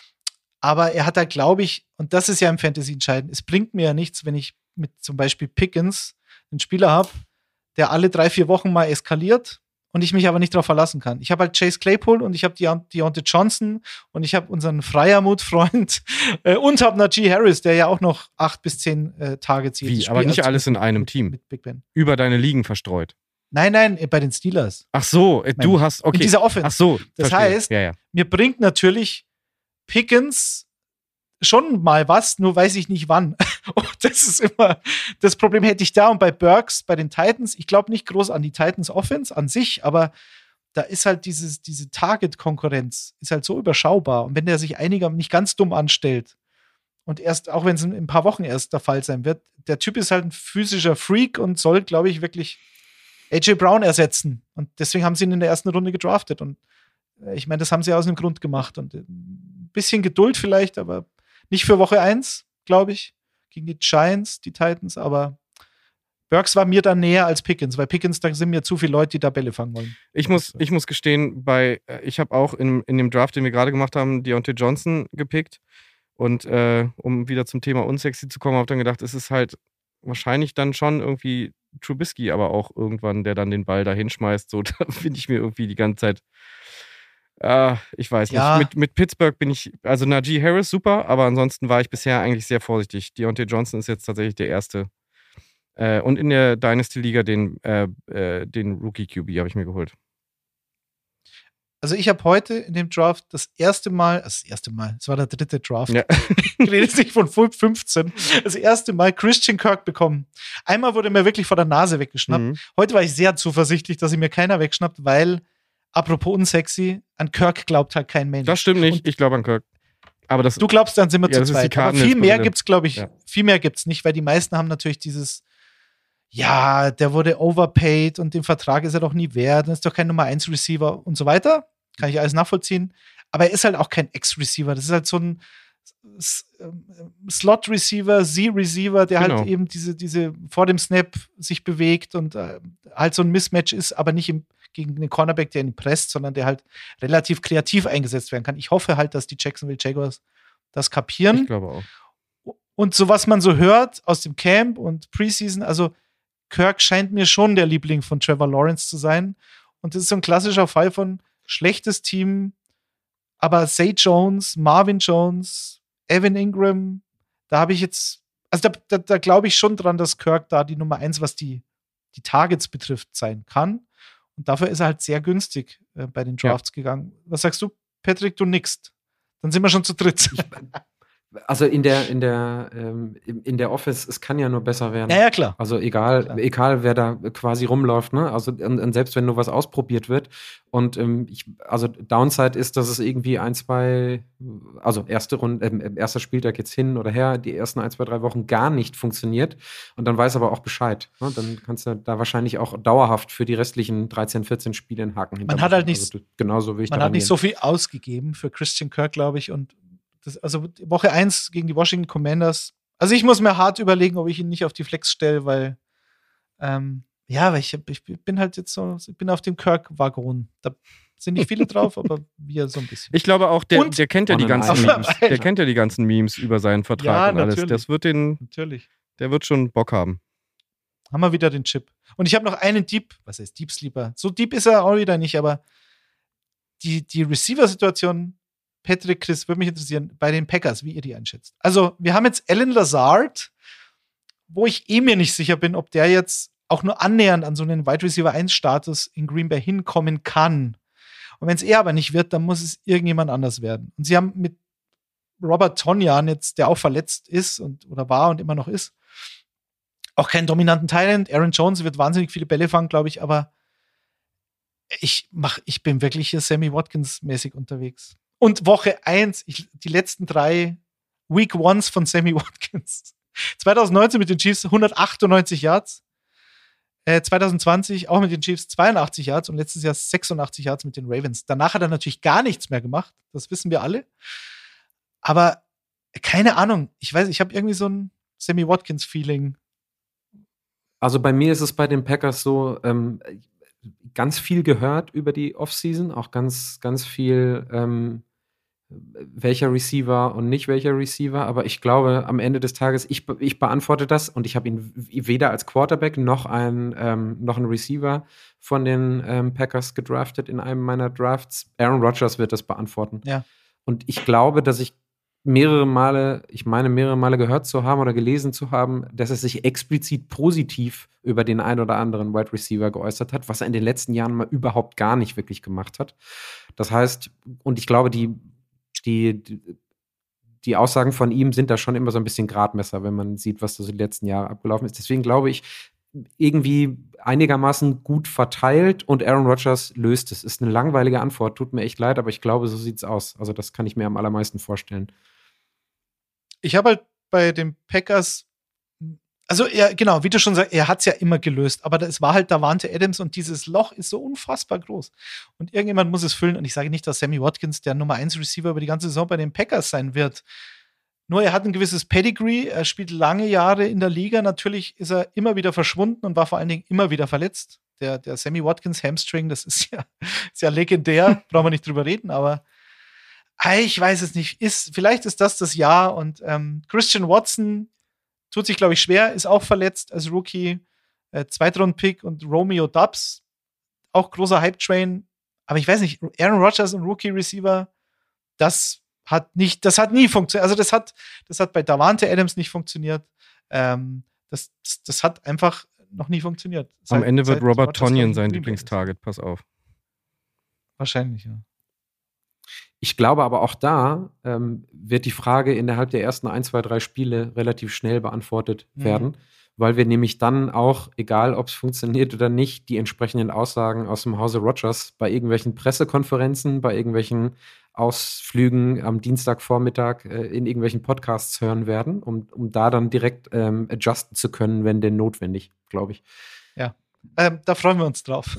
Aber er hat da, glaube ich, und das ist ja im Fantasy entscheidend, es bringt mir ja nichts, wenn ich mit zum Beispiel Pickens einen Spieler habe, der alle 3-4 Wochen mal eskaliert und ich mich aber nicht darauf verlassen kann. Ich habe halt Chase Claypool und ich habe Deontay Johnson und ich habe unseren Freiermut-Freund und habe Najee Harris, der ja auch noch 8 bis 10 Tage zieht. Wie? Aber nicht alles in einem Team? Mit Big Ben. Über deine Ligen verstreut? Nein, bei den Steelers. Ach so, du hast, okay. In dieser Offense. Ach so, das heißt, mir bringt natürlich Pickens schon mal was, nur weiß ich nicht wann. Und das ist immer das Problem, hätte ich da. Und bei Burks, bei den Titans, ich glaube nicht groß an die Titans Offense an sich, aber da ist halt diese Target-Konkurrenz ist halt so überschaubar. Und wenn der sich nicht ganz dumm anstellt und erst, auch wenn es in ein paar Wochen erst der Fall sein wird, der Typ ist halt ein physischer Freak und soll, glaube ich, wirklich AJ Brown ersetzen. Und deswegen haben sie ihn in der ersten Runde gedraftet. Und ich meine, das haben sie aus einem Grund gemacht. Und ein bisschen Geduld vielleicht, aber nicht für Woche 1, glaube ich, gegen die Giants, die Titans, aber Burks war mir dann näher als Pickens, weil Pickens, da sind mir zu viele Leute, die da Bälle fangen wollen. Ich muss gestehen, ich habe auch in dem Draft, den wir gerade gemacht haben, Deontay Johnson gepickt und um wieder zum Thema unsexy zu kommen, habe dann gedacht, es ist halt wahrscheinlich dann schon irgendwie Trubisky, aber auch irgendwann, der dann den Ball da hinschmeißt, so, da finde ich mir irgendwie die ganze Zeit ich weiß nicht. Mit Pittsburgh bin ich, also Najee Harris super, aber ansonsten war ich bisher eigentlich sehr vorsichtig. Deontay Johnson ist jetzt tatsächlich der Erste. Und in der Dynasty-Liga den Rookie-QB habe ich mir geholt. Also ich habe heute in dem Draft das erste Mal, es war der 3. Draft, ja. Ich rede jetzt nicht von 15, das erste Mal Christian Kirk bekommen. Einmal wurde mir wirklich vor der Nase weggeschnappt. Heute war ich sehr zuversichtlich, dass sich mir keiner wegschnappt, weil apropos unsexy, an Kirk glaubt halt kein Mensch. Das stimmt nicht, ich glaube an Kirk. Aber du glaubst, dann sind wir zu zweit. Aber viel mehr gibt's, glaube ich, viel mehr gibt's nicht, weil die meisten haben natürlich dieses, ja, der wurde overpaid und den Vertrag ist er doch nie wert, ist doch kein Nummer 1 Receiver und so weiter. Kann ich alles nachvollziehen. Aber er ist halt auch kein Ex-Receiver. Das ist halt so ein Slot-Receiver, Z-Receiver, der halt eben diese vor dem Snap sich bewegt und halt so ein Mismatch ist, aber nicht gegen einen Cornerback, der ihn presst, sondern der halt relativ kreativ eingesetzt werden kann. Ich hoffe halt, dass die Jacksonville Jaguars das kapieren. Ich glaube auch. Und so, was man so hört aus dem Camp und Preseason, also Kirk scheint mir schon der Liebling von Trevor Lawrence zu sein. Und das ist so ein klassischer Fall von schlechtes Team, aber Zay Jones, Marvin Jones, Evan Ingram, da habe ich jetzt, also da glaube ich schon dran, dass Kirk da die Nummer 1, was die Targets betrifft, sein kann. Und dafür ist er halt sehr günstig bei den Drafts gegangen. Was sagst du, Patrick? Du nickst. Dann sind wir schon zu dritt. Also in der Office, es kann ja nur besser werden. Ja, klar. Also egal, wer da quasi rumläuft, ne? Also und selbst wenn nur was ausprobiert wird. Und also Downside ist, dass es irgendwie erster Spieltag jetzt hin oder her, die ersten 1, 2, 3 Wochen gar nicht funktioniert. Und dann weiß aber auch Bescheid. Ne? Dann kannst du da wahrscheinlich auch dauerhaft für die restlichen 13, 14 Spiele einen Haken hintermachen. Man hat halt nicht, also, genauso will ich man hat nicht so viel ausgegeben für Christian Kirk, glaube ich, und also Woche 1 gegen die Washington Commanders. Also ich muss mir hart überlegen, ob ich ihn nicht auf die Flex stelle, weil weil ich bin halt jetzt so, ich bin auf dem Kirk-Waggon. Da sind nicht viele drauf, aber wir so ein bisschen. Ich glaube auch, der kennt ja die ganzen Memes. Der kennt ja die ganzen Memes über seinen Vertrag und alles. Das wird der wird schon Bock haben. Haben wir wieder den Chip. Und ich habe noch einen Deep, was heißt Deep Sleeper? So deep ist er auch wieder nicht, aber die Receiver-Situation, Patrick, Chris, würde mich interessieren, bei den Packers, wie ihr die einschätzt. Also, wir haben jetzt Alan Lazard, wo ich mir nicht sicher bin, ob der jetzt auch nur annähernd an so einen Wide Receiver 1 Status in Green Bay hinkommen kann. Und wenn es er aber nicht wird, dann muss es irgendjemand anders werden. Und sie haben mit Robert Tonyan jetzt, der auch verletzt ist oder war und immer noch ist, auch keinen dominanten Talent. Aaron Jones wird wahnsinnig viele Bälle fangen, glaube ich, aber ich bin wirklich hier Sammy Watkins-mäßig unterwegs. Und Woche 1, die letzten 3 Week Ones von Sammy Watkins. 2019 mit den Chiefs 198 Yards. 2020 auch mit den Chiefs 82 Yards und letztes Jahr 86 Yards mit den Ravens. Danach hat er natürlich gar nichts mehr gemacht. Das wissen wir alle. Aber keine Ahnung. Ich weiß, ich habe irgendwie so ein Sammy Watkins-Feeling. Also bei mir ist es bei den Packers so, ganz viel gehört über die Offseason, auch ganz, ganz viel welcher Receiver und nicht welcher Receiver, aber ich glaube, am Ende des Tages, ich beantworte das und ich habe ihn weder als Quarterback noch einen Receiver von den Packers gedraftet in einem meiner Drafts. Aaron Rodgers wird das beantworten. Ja. Und ich glaube, dass ich mehrere Male gehört zu haben oder gelesen zu haben, dass er sich explizit positiv über den ein oder anderen Wide Receiver geäußert hat, was er in den letzten Jahren mal überhaupt gar nicht wirklich gemacht hat. Das heißt, und ich glaube, die Aussagen von ihm sind da schon immer so ein bisschen Gradmesser, wenn man sieht, was da so die letzten Jahre abgelaufen ist. Deswegen glaube ich, irgendwie einigermaßen gut verteilt und Aaron Rodgers löst es. Ist eine langweilige Antwort, tut mir echt leid, aber ich glaube, so sieht's aus. Also das kann ich mir am allermeisten vorstellen. Ich habe halt bei den Packers, also genau, wie du schon sagst, er hat es ja immer gelöst, aber es war halt Davante Adams und dieses Loch ist so unfassbar groß. Und irgendjemand muss es füllen und ich sage nicht, dass Sammy Watkins der Nummer 1 Receiver über die ganze Saison bei den Packers sein wird. Nur er hat ein gewisses Pedigree, er spielt lange Jahre in der Liga, natürlich ist er immer wieder verschwunden und war vor allen Dingen immer wieder verletzt. Der Sammy Watkins Hamstring, das ist ja legendär, brauchen wir nicht drüber reden, aber ich weiß es nicht. Vielleicht ist das Jahr und Christian Watson tut sich, glaube ich, schwer, ist auch verletzt als Rookie. Zweitrunden-Pick und Romeo Doubs, auch großer Hype-Train. Aber ich weiß nicht, Aaron Rodgers und Rookie-Receiver, das hat nie funktioniert. Also das hat bei Davante Adams nicht funktioniert. Das hat einfach noch nie funktioniert. Am Ende wird Robert Tonyan sein Lieblingstarget, pass auf. Wahrscheinlich, ja. Ich glaube aber auch da wird die Frage innerhalb der ersten 1, 2, 3 Spiele relativ schnell beantwortet werden, weil wir nämlich dann auch, egal ob es funktioniert oder nicht, die entsprechenden Aussagen aus dem Hause Rodgers bei irgendwelchen Pressekonferenzen, bei irgendwelchen Ausflügen am Dienstagvormittag in irgendwelchen Podcasts hören werden, um da dann direkt adjusten zu können, wenn denn notwendig, glaube ich. Ja, da freuen wir uns drauf.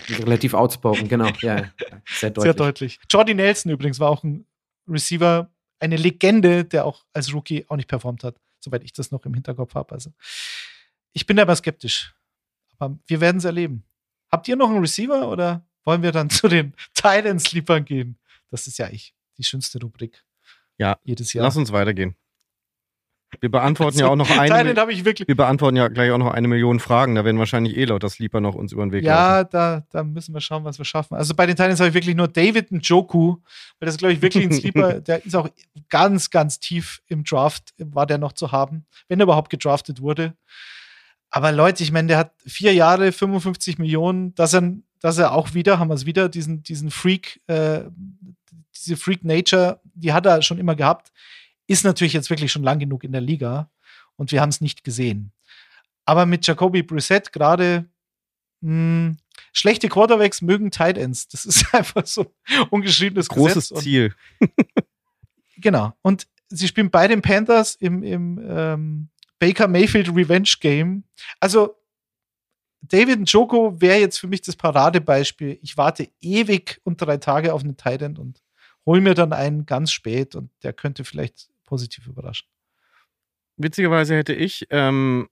Relativ outspoken, genau. Ja, sehr deutlich. Sehr deutlich. Jordy Nelson übrigens war auch ein Receiver, eine Legende, der auch als Rookie auch nicht performt hat, soweit ich das noch im Hinterkopf habe. Also ich bin da aber skeptisch. Aber wir werden es erleben. Habt ihr noch einen Receiver oder wollen wir dann zu den Tight-End-Sleepern gehen? Das ist ja die schönste Rubrik. Ja, jedes Jahr. Lass uns weitergehen. Wir beantworten ja auch noch wir beantworten ja gleich auch noch 1 Million Fragen. Da werden wahrscheinlich lauter Sleeper noch uns über den Weg laufen. Ja, da müssen wir schauen, was wir schaffen. Also bei den Titans habe ich wirklich nur David Njoku, weil das ist, glaube ich, wirklich ein Sleeper, der ist auch ganz, ganz tief im Draft, war der noch zu haben, wenn er überhaupt gedraftet wurde. Aber Leute, ich meine, der hat 4 Jahre, 55 Millionen, dass er auch wieder, haben wir es wieder, diesen Freak, diese Freak-Nature, die hat er schon immer gehabt, ist natürlich jetzt wirklich schon lang genug in der Liga und wir haben es nicht gesehen. Aber mit Jacoby Brissett gerade schlechte Quarterbacks mögen Tight Ends. Das ist einfach so ein ungeschriebenes Großes Gesetz. Ziel. Genau. Und sie spielen bei den Panthers im Baker Mayfield Revenge Game. Also David Njoku wäre jetzt für mich das Paradebeispiel. Ich warte ewig und 3 Tage auf einen Tight End und hol mir dann einen ganz spät und der könnte vielleicht positiv überraschen. Witzigerweise hätte ich war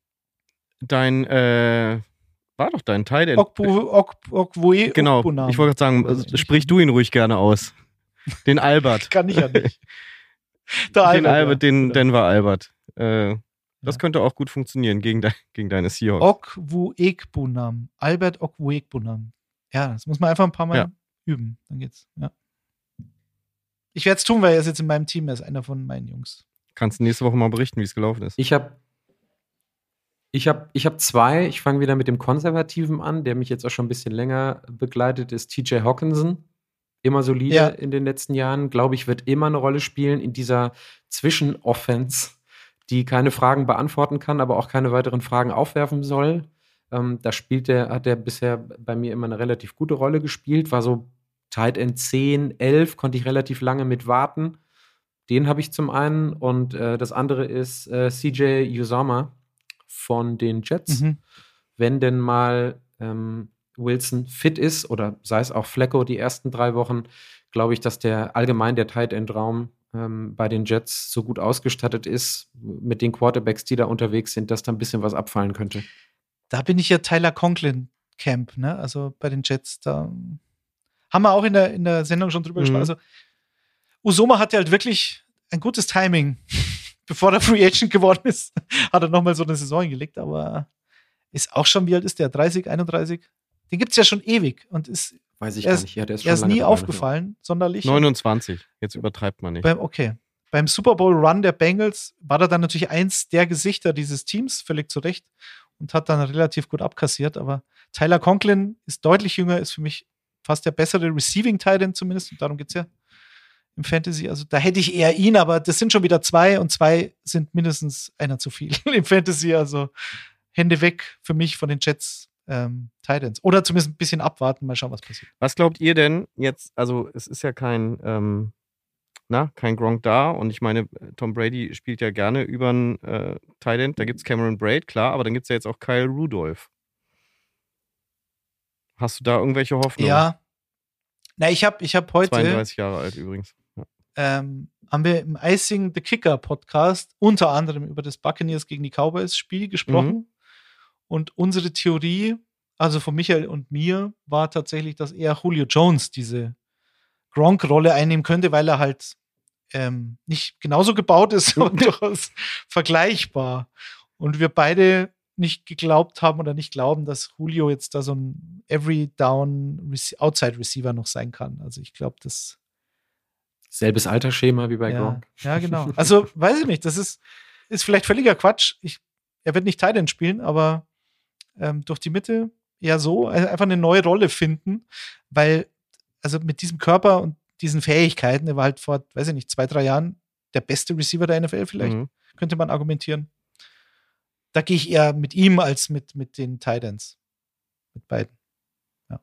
doch dein Tight End. Okwue. Genau, Okpunam. Ich wollte sagen, sprich du ihn ruhig gerne aus. Den Albert. Kann ich ja nicht. Den Albert, den Denver Albert. Das könnte auch gut funktionieren gegen deine Seahawks. Okwuegbunam. Albert Okwuegbunam. Ja, das muss man einfach ein paar Mal üben. Dann geht's. Ja. Ich werde es tun, weil er ist jetzt in meinem Team, er ist einer von meinen Jungs. Kannst du nächste Woche mal berichten, wie es gelaufen ist? Ich hab 2. Ich fange wieder mit dem Konservativen an, der mich jetzt auch schon ein bisschen länger begleitet, ist TJ Hockenson. Immer solide in den letzten Jahren. Glaube ich, wird immer eine Rolle spielen in dieser Zwischenoffense, die keine Fragen beantworten kann, aber auch keine weiteren Fragen aufwerfen soll. Hat er bisher bei mir immer eine relativ gute Rolle gespielt, war so Tight End 10, 11, konnte ich relativ lange mit warten. Den habe ich zum einen. Und das andere ist CJ Uzomah von den Jets. Wenn denn mal Wilson fit ist, oder sei es auch Flacco die ersten 3 Wochen, glaube ich, dass der Tight End-Raum bei den Jets so gut ausgestattet ist mit den Quarterbacks, die da unterwegs sind, dass da ein bisschen was abfallen könnte. Da bin ich ja Tyler Conklin-Camp, ne? Also bei den Jets, da haben wir auch in der Sendung schon drüber gesprochen. Also Uzomah hat ja halt wirklich ein gutes Timing. Bevor der Free Agent geworden ist, hat er nochmal so eine Saison hingelegt, aber ist auch schon, wie alt ist der? 30, 31? Den gibt es ja schon ewig und ist Weiß ich gar nicht. Ja, der ist er schon ist nie lange aufgefallen, sonderlich. 29. Jetzt übertreibt man nicht. Beim Super Bowl Run der Bengals war er dann natürlich eins der Gesichter dieses Teams, völlig zu Recht, und hat dann relativ gut abkassiert. Aber Tyler Conklin ist deutlich jünger, ist für mich fast der bessere Receiving Tight End zumindest. Und darum geht es ja im Fantasy. Also da hätte ich eher ihn, aber das sind schon wieder 2 und 2 sind mindestens einer zu viel im Fantasy. Also Hände weg für mich von den Jets. Titans. Oder zumindest ein bisschen abwarten, mal schauen, was passiert. Was glaubt ihr denn jetzt, also es ist ja kein Gronk da und ich meine, Tom Brady spielt ja gerne über einen Tight End, da gibt es Cameron Braid, klar, aber dann gibt es ja jetzt auch Kyle Rudolph. Hast du da irgendwelche Hoffnung? Ja. Na, ich hab heute 32 Jahre alt übrigens. Ja. Haben wir im Icing the Kicker Podcast unter anderem über das Buccaneers gegen die Cowboys Spiel gesprochen. Und unsere Theorie, also von Michael und mir, war tatsächlich, dass eher Julio Jones diese Gronk-Rolle einnehmen könnte, weil er halt nicht genauso gebaut ist, aber durchaus vergleichbar. Und wir beide nicht geglaubt haben oder nicht glauben, dass Julio jetzt da so ein Every-Down-Outside-Receiver noch sein kann. Also ich glaube, das selbes Altersschema wie bei Gronk. Ja, genau. Also weiß ich nicht, das ist vielleicht völliger Quatsch. Er wird nicht Tight End spielen, aber durch die Mitte ja so einfach eine neue Rolle finden, weil also mit diesem Körper und diesen Fähigkeiten, er war halt vor, weiß ich nicht, 2, 3 Jahren der beste Receiver der NFL vielleicht, könnte man argumentieren. Da gehe ich eher mit ihm als mit den Tight Ends. Mit beiden. Ja.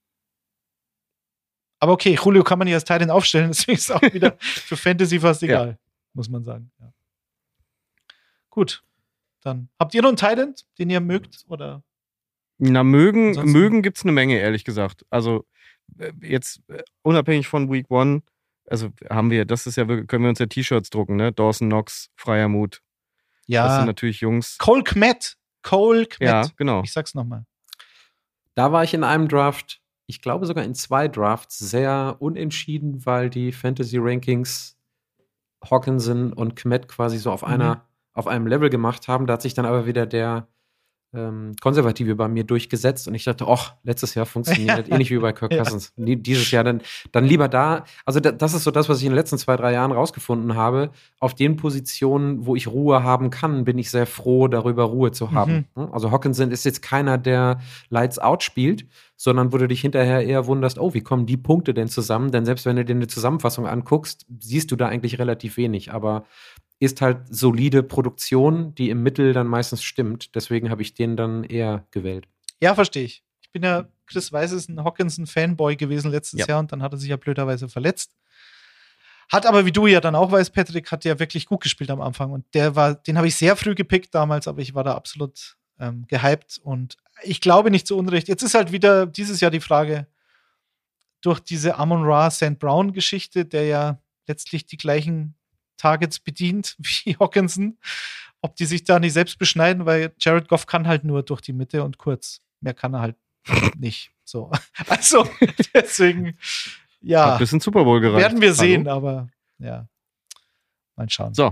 Aber okay, Julio kann man nicht als Tight End aufstellen, deswegen ist es auch wieder für Fantasy fast egal, muss man sagen. Ja. Gut. Dann habt ihr noch einen Tight End, den ihr mögt? Oder? Na, mögen gibt es eine Menge, ehrlich gesagt. Also jetzt unabhängig von Week 1 also haben wir, das ist ja wirklich, können wir uns ja T-Shirts drucken, ne? Dawson Knox, Freiermuth. Ja. Das sind natürlich Jungs. Cole Kmet. Ja, genau. Ich sag's nochmal. Da war ich in einem Draft, ich glaube sogar in 2 Drafts, sehr unentschieden, weil die Fantasy-Rankings Hawkinson und Kmet quasi so auf einem Level gemacht haben. Da hat sich dann aber wieder der Konservative bei mir durchgesetzt und ich dachte, letztes Jahr funktioniert ähnlich wie bei Kirk Cousins. Dieses Jahr dann lieber da. Also das ist so das, was ich in den letzten 2-3 Jahren rausgefunden habe. Auf den Positionen, wo ich Ruhe haben kann, bin ich sehr froh, darüber Ruhe zu haben. Also Hawkinson ist jetzt keiner, der Lights Out spielt, sondern wo du dich hinterher eher wunderst, wie kommen die Punkte denn zusammen? Denn selbst wenn du dir eine Zusammenfassung anguckst, siehst du da eigentlich relativ wenig. Aber ist halt solide Produktion, die im Mittel dann meistens stimmt. Deswegen habe ich den dann eher gewählt. Ja, verstehe ich. Ich bin ja, Chris Weiß ist ein Hawkinson-Fanboy gewesen letztes Jahr und dann hat er sich ja blöderweise verletzt. Hat aber, wie du ja dann auch weißt, Patrick, hat ja wirklich gut gespielt am Anfang und den habe ich sehr früh gepickt damals, aber ich war da absolut gehypt und ich glaube nicht zu Unrecht. Jetzt ist halt wieder dieses Jahr die Frage, durch diese Amon-Ra St. Brown-Geschichte, der ja letztlich die gleichen Targets bedient wie Hawkinson, ob die sich da nicht selbst beschneiden, weil Jared Goff kann halt nur durch die Mitte und kurz. Mehr kann er halt nicht. So. Also, deswegen, ja. Hat bis in Super Bowl gereicht. Werden wir sehen, aber ja. Mal schauen. So.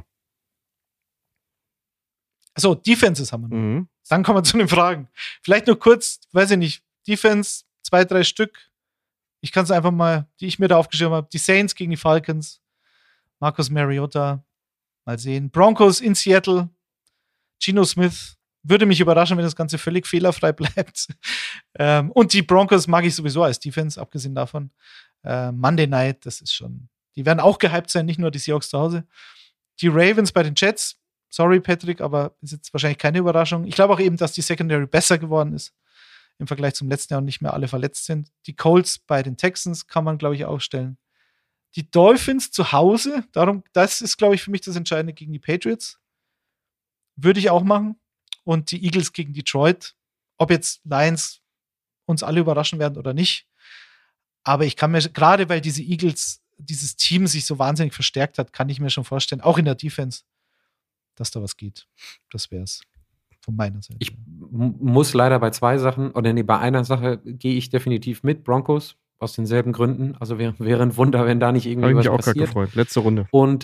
Achso, Defenses haben wir noch. Dann kommen wir zu den Fragen. Vielleicht nur kurz, weiß ich nicht, Defense, 2-3 Stück. Ich kann es einfach mal, die ich mir da aufgeschrieben habe. Die Saints gegen die Falcons. Marcus Mariota, mal sehen. Broncos in Seattle. Geno Smith. Würde mich überraschen, wenn das Ganze völlig fehlerfrei bleibt. Und die Broncos mag ich sowieso als Defense, abgesehen davon. Monday Night, das ist schon. Die werden auch gehypt sein, nicht nur die Seahawks zu Hause. Die Ravens bei den Jets. Sorry, Patrick, aber ist jetzt wahrscheinlich keine Überraschung. Ich glaube auch eben, dass die Secondary besser geworden ist im Vergleich zum letzten Jahr und nicht mehr alle verletzt sind. Die Colts bei den Texans kann man, glaube ich, aufstellen. Die Dolphins zu Hause, das ist, glaube ich, für mich das Entscheidende gegen die Patriots. Würde ich auch machen. Und die Eagles gegen Detroit. Ob jetzt Lions uns alle überraschen werden oder nicht. Aber ich kann mir, gerade weil diese Eagles, dieses Team sich so wahnsinnig verstärkt hat, kann ich mir schon vorstellen, auch in der Defense, dass da was geht. Das wäre es von meiner Seite. Ich muss leider bei bei einer Sache gehe ich definitiv mit. Broncos. Aus denselben Gründen. Also wäre ein Wunder, wenn da nicht irgendwie was passiert. Habe ich mich auch gerade gefreut. Letzte Runde. Und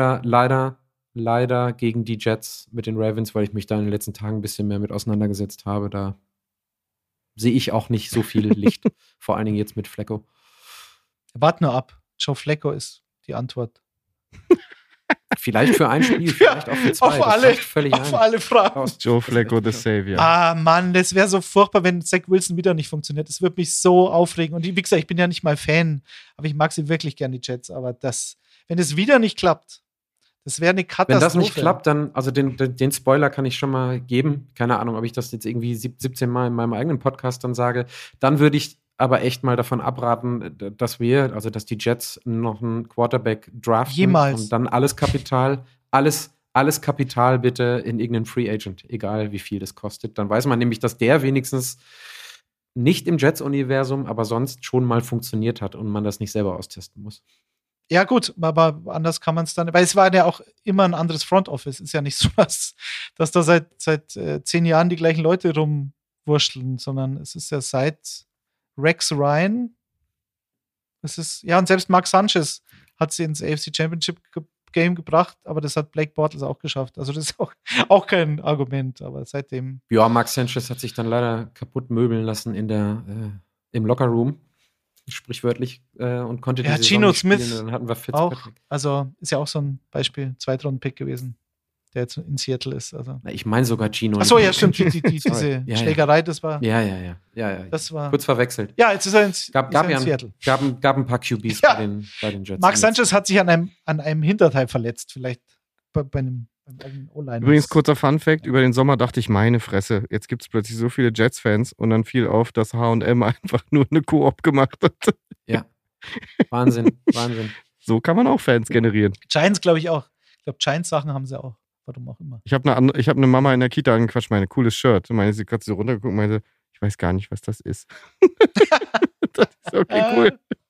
leider gegen die Jets mit den Ravens, weil ich mich da in den letzten Tagen ein bisschen mehr mit auseinandergesetzt habe. Da sehe ich auch nicht so viel Licht. Vor allen Dingen jetzt mit Flacco. Wart nur ab. Joe Flacco ist die Antwort. Vielleicht für ein Spiel, vielleicht auch für 2. Auf alle Fragen. Joe Flacco, the Savior. Ah, Mann, das wäre so furchtbar, wenn Zach Wilson wieder nicht funktioniert. Das würde mich so aufregen. Und wie gesagt, ich bin ja nicht mal Fan, aber ich mag sie wirklich gern, die Jets. Aber wenn es wieder nicht klappt, das wäre eine Katastrophe. Wenn das nicht klappt, dann, also den Spoiler kann ich schon mal geben. Keine Ahnung, ob ich das jetzt irgendwie 17 Mal in meinem eigenen Podcast dann sage. Dann würde ich aber echt mal davon abraten, dass die Jets noch einen Quarterback draften. Jemals. Und dann alles Kapital bitte in irgendeinen Free Agent, egal wie viel das kostet. Dann weiß man nämlich, dass der wenigstens nicht im Jets-Universum, aber sonst schon mal funktioniert hat und man das nicht selber austesten muss. Ja, gut, aber anders kann man es dann, weil es war ja auch immer ein anderes Front Office. Ist ja nicht so, dass da seit 10 Jahren die gleichen Leute rumwurschteln, sondern es ist ja seit Rex Ryan. Es ist, ja, und selbst Mark Sanchez hat sie ins AFC Championship Game gebracht, aber das hat Blake Bortles auch geschafft. Also das ist auch kein Argument, aber seitdem. Ja, Mark Sanchez hat sich dann leider kaputt möbeln lassen im Lockerroom, sprichwörtlich, und konnte die Saison Geno nicht spielen. Smith Und dann hatten wir Fitzpatrick. Auch, also ist ja auch so ein Beispiel, Zweitrunden-Pick gewesen, der jetzt in Seattle ist. Also. Na, ich meine sogar Geno. Achso, ja, stimmt, diese Schlägerei, das war. Ja. Das war kurz verwechselt. Ja, jetzt ist er in Seattle. Gab ein paar QBs bei den Jets. Mark Sanchez hat sich an einem Hinterteil verletzt, vielleicht bei einem O-Line. Übrigens, kurzer Fun-Fact: Über den Sommer dachte ich, meine Fresse, jetzt gibt es plötzlich so viele Jets-Fans und dann fiel auf, dass H&M einfach nur eine Koop gemacht hat. Ja. Wahnsinn. So kann man auch Fans generieren. Giants, glaube ich, auch. Ich glaube, Giants-Sachen haben sie auch. Warum auch immer. Ich habe eine Mama in der Kita angequatscht, meine cooles Shirt. Und sie hat so runtergeguckt und meinte, ich weiß gar nicht, was das ist. Das ist okay, cool.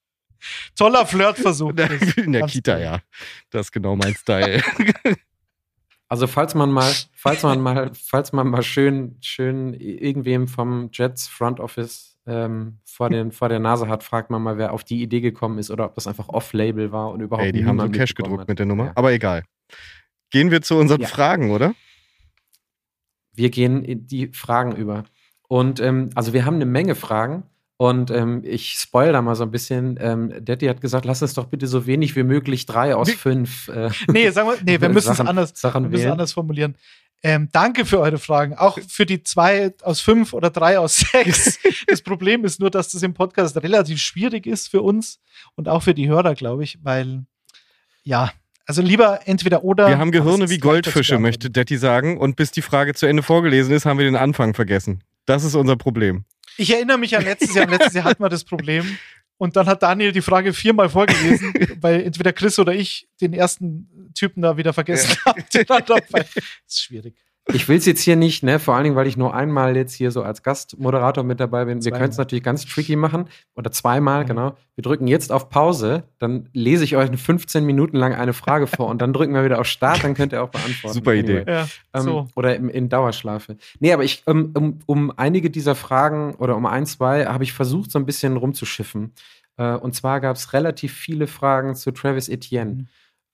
Toller Flirtversuch. In der Kita, cool. Ja. Das ist genau mein Style. Also falls man mal schön irgendwem vom Jets Front Office vor der Nase hat, fragt man mal, wer auf die Idee gekommen ist oder ob das einfach Off-Label war und überhaupt die haben so Cash gedruckt mit der Nummer, aber egal. Gehen wir zu unseren Fragen, oder? Wir gehen in die Fragen über. Und also wir haben eine Menge Fragen. Und ich spoil da mal so ein bisschen. Detti hat gesagt, lass uns doch bitte so wenig wie möglich 3 aus 5. Wir müssen es anders formulieren. Danke für eure Fragen. Auch für die 2 aus 5 oder 3 aus 6. Das Problem ist nur, dass das im Podcast relativ schwierig ist für uns und auch für die Hörer, glaube ich, weil, also lieber entweder oder. Wir haben Gehirne wie Goldfische, möchte Detti sagen. Und bis die Frage zu Ende vorgelesen ist, haben wir den Anfang vergessen. Das ist unser Problem. Ich erinnere mich an letztes Jahr. Letztes Jahr hatten wir das Problem. Und dann hat Daniel die Frage 4-mal vorgelesen, weil entweder Chris oder ich den ersten Typen da wieder vergessen haben. Das ist schwierig. Ich will es jetzt hier nicht, ne, vor allen Dingen, weil ich nur einmal jetzt hier so als Gastmoderator mit dabei bin. Wir können es natürlich ganz tricky machen. Oder 2-mal, genau. Wir drücken jetzt auf Pause, dann lese ich euch 15 Minuten lang eine Frage vor und dann drücken wir wieder auf Start, dann könnt ihr auch beantworten. Super Idee. Ja, so. Oder in Dauerschlafe. Nee, aber ich, um einige dieser Fragen oder um 1, 2 habe ich versucht, so ein bisschen rumzuschiffen. Und zwar gab es relativ viele Fragen zu Travis Etienne.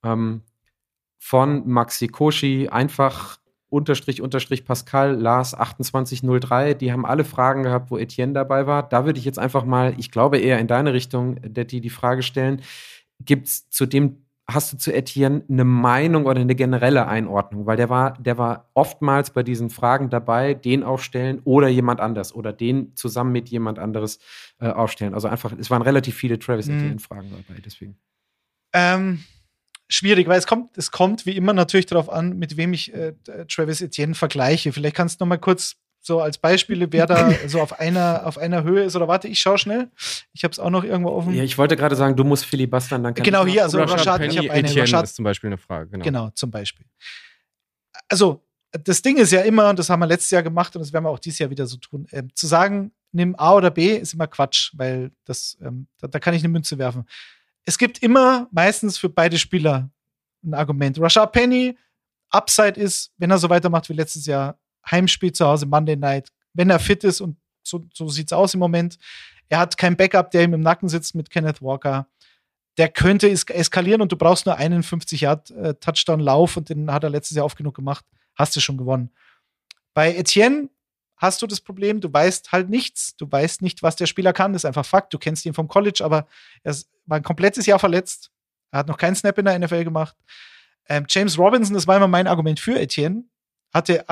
Von Maxi Koshi, einfach _ Pascal, Lars 2803, die haben alle Fragen gehabt, wo Etienne dabei war. Da würde ich jetzt einfach mal, ich glaube eher in deine Richtung, Detti, die Frage stellen, hast du zu Etienne eine Meinung oder eine generelle Einordnung? Weil der war oftmals bei diesen Fragen dabei, den aufstellen oder jemand anders oder den zusammen mit jemand anderes aufstellen. Also einfach, es waren relativ viele Travis Etienne-Fragen dabei, deswegen. Schwierig, weil es kommt wie immer natürlich darauf an, mit wem ich Travis Etienne vergleiche. Vielleicht kannst du noch mal kurz so als Beispiele, wer da so auf einer Höhe ist. Oder warte, ich schaue schnell. Ich habe es auch noch irgendwo offen. Ja, ich wollte gerade sagen, du musst filibustern, dann kann genau, hier, also Rashad Penny, ich habe eine. Etienne ist zum Beispiel eine Frage. Genau, zum Beispiel. Also, das Ding ist ja immer, und das haben wir letztes Jahr gemacht und das werden wir auch dieses Jahr wieder so tun, zu sagen, nimm A oder B, ist immer Quatsch, weil das, da kann ich eine Münze werfen. Es gibt immer meistens für beide Spieler ein Argument. Rashad Penny, Upside ist, wenn er so weitermacht wie letztes Jahr, Heimspiel zu Hause, Monday Night, wenn er fit ist und so sieht's aus im Moment. Er hat kein Backup, der ihm im Nacken sitzt mit Kenneth Walker. Der könnte eskalieren und du brauchst nur einen 50-Yard-Touchdown-Lauf und den hat er letztes Jahr oft genug gemacht. Hast du schon gewonnen. Bei Etienne hast du das Problem, du weißt halt nichts. Du weißt nicht, was der Spieler kann. Das ist einfach Fakt. Du kennst ihn vom College, aber er war ein komplettes Jahr verletzt. Er hat noch keinen Snap in der NFL gemacht. James Robinson, das war immer mein Argument für Etienne, hatte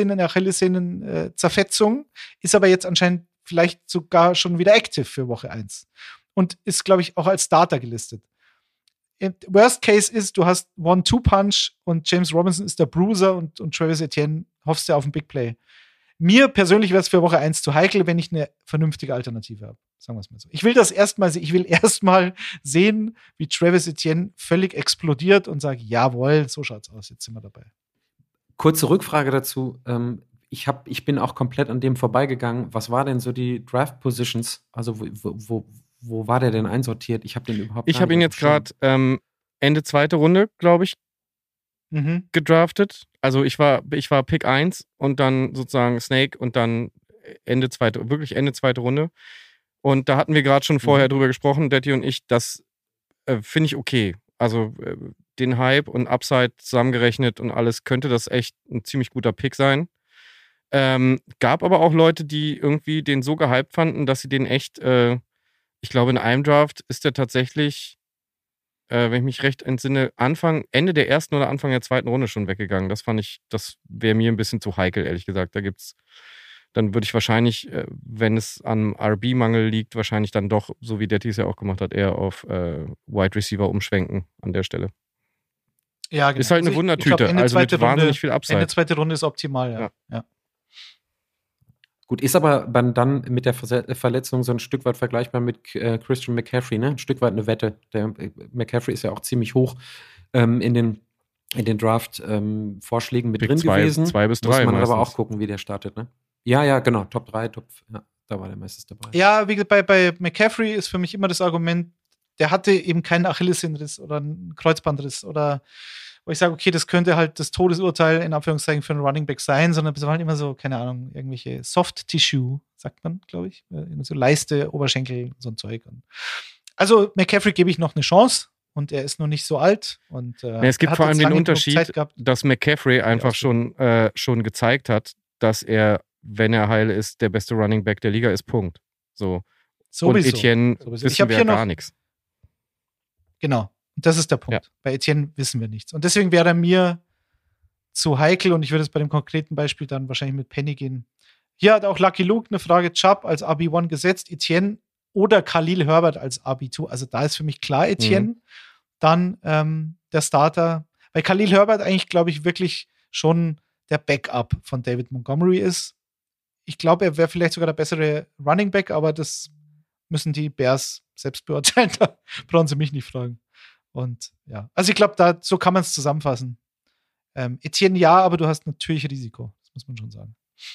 Achillessehnen-Zerfetzung, ist aber jetzt anscheinend vielleicht sogar schon wieder active für Woche 1 und ist, glaube ich, auch als Starter gelistet. Worst Case ist, du hast One-Two-Punch und James Robinson ist der Bruiser und Travis Etienne hoffst ja auf ein Big Play. Mir persönlich wäre es für Woche 1 zu heikel, wenn ich eine vernünftige Alternative habe. Sagen wir es mal so. Ich will erstmal sehen, wie Travis Etienne völlig explodiert und sage, jawohl, so schaut's aus, jetzt sind wir dabei. Kurze Rückfrage dazu. Ich bin auch komplett an dem vorbeigegangen. Was war denn so die Draft-Positions? Also wo war der denn einsortiert? Ich habe ihn jetzt gerade Ende 2. Runde, glaube ich, gedraftet. Also ich war Pick 1 und dann sozusagen Snake und dann Ende 2. Runde. Und da hatten wir gerade schon vorher drüber gesprochen, Detti und ich, das finde ich okay. Also den Hype und Upside zusammengerechnet und alles könnte das echt ein ziemlich guter Pick sein. Gab aber auch Leute, die irgendwie den so gehypt fanden, dass sie den echt, ich glaube in einem Draft ist der tatsächlich, wenn ich mich recht entsinne, Ende der 1. oder Anfang der 2. Runde schon weggegangen. Das wäre mir ein bisschen zu heikel, ehrlich gesagt. Dann würde ich wahrscheinlich, wenn es am RB-Mangel liegt, wahrscheinlich dann doch, so wie Detti es ja auch gemacht hat, eher auf Wide Receiver umschwenken an der Stelle. Ja, genau. Ist halt eine Wundertüte, also mit wahnsinnig viel Upside. Ende 2. Runde ist optimal, ja. Gut, ist aber dann mit der Verletzung so ein Stück weit vergleichbar mit Christian McCaffrey, ne? Ein Stück weit eine Wette. Der McCaffrey ist ja auch ziemlich hoch in den Draft-Vorschlägen mit Pick drin 2, gewesen. 2 bis 3 Muss man meistens. aber auch gucken, wie der startet, ne? Ja, genau. Top 3, da war der meistens dabei. Ja, wie gesagt, bei McCaffrey ist für mich immer das Argument, der hatte eben keinen Achillessehnenriss oder einen Kreuzbandriss oder wo ich sage, okay, das könnte halt das Todesurteil in Anführungszeichen für einen Running Back sein, sondern es waren immer so, keine Ahnung, irgendwelche Soft-Tissue, sagt man, glaube ich. So Leiste, Oberschenkel, so ein Zeug. Also McCaffrey gebe ich noch eine Chance und er ist noch nicht so alt. Und, es gibt vor allem den Unterschied, dass McCaffrey einfach schon gezeigt hat, dass er, wenn er heil ist, der beste Running Back der Liga ist, Punkt. So. Sowieso. Und Etienne wissen wir gar nichts. Genau. Das ist der Punkt. Ja. Bei Etienne wissen wir nichts. Und deswegen wäre er mir zu heikel und ich würde es bei dem konkreten Beispiel dann wahrscheinlich mit Penny gehen. Hier hat auch Lucky Luke eine Frage: Chubb als RB1 gesetzt, Etienne oder Khalil Herbert als RB2. Also da ist für mich klar Etienne. Dann der Starter. Weil Khalil Herbert eigentlich, glaube ich, wirklich schon der Backup von David Montgomery ist. Ich glaube, er wäre vielleicht sogar der bessere Running Back, aber das müssen die Bears selbst beurteilen. Da brauchen sie mich nicht fragen. Und ja, also ich glaube, so kann man es zusammenfassen. Etienne ja, aber du hast natürlich Risiko. Das muss man schon sagen.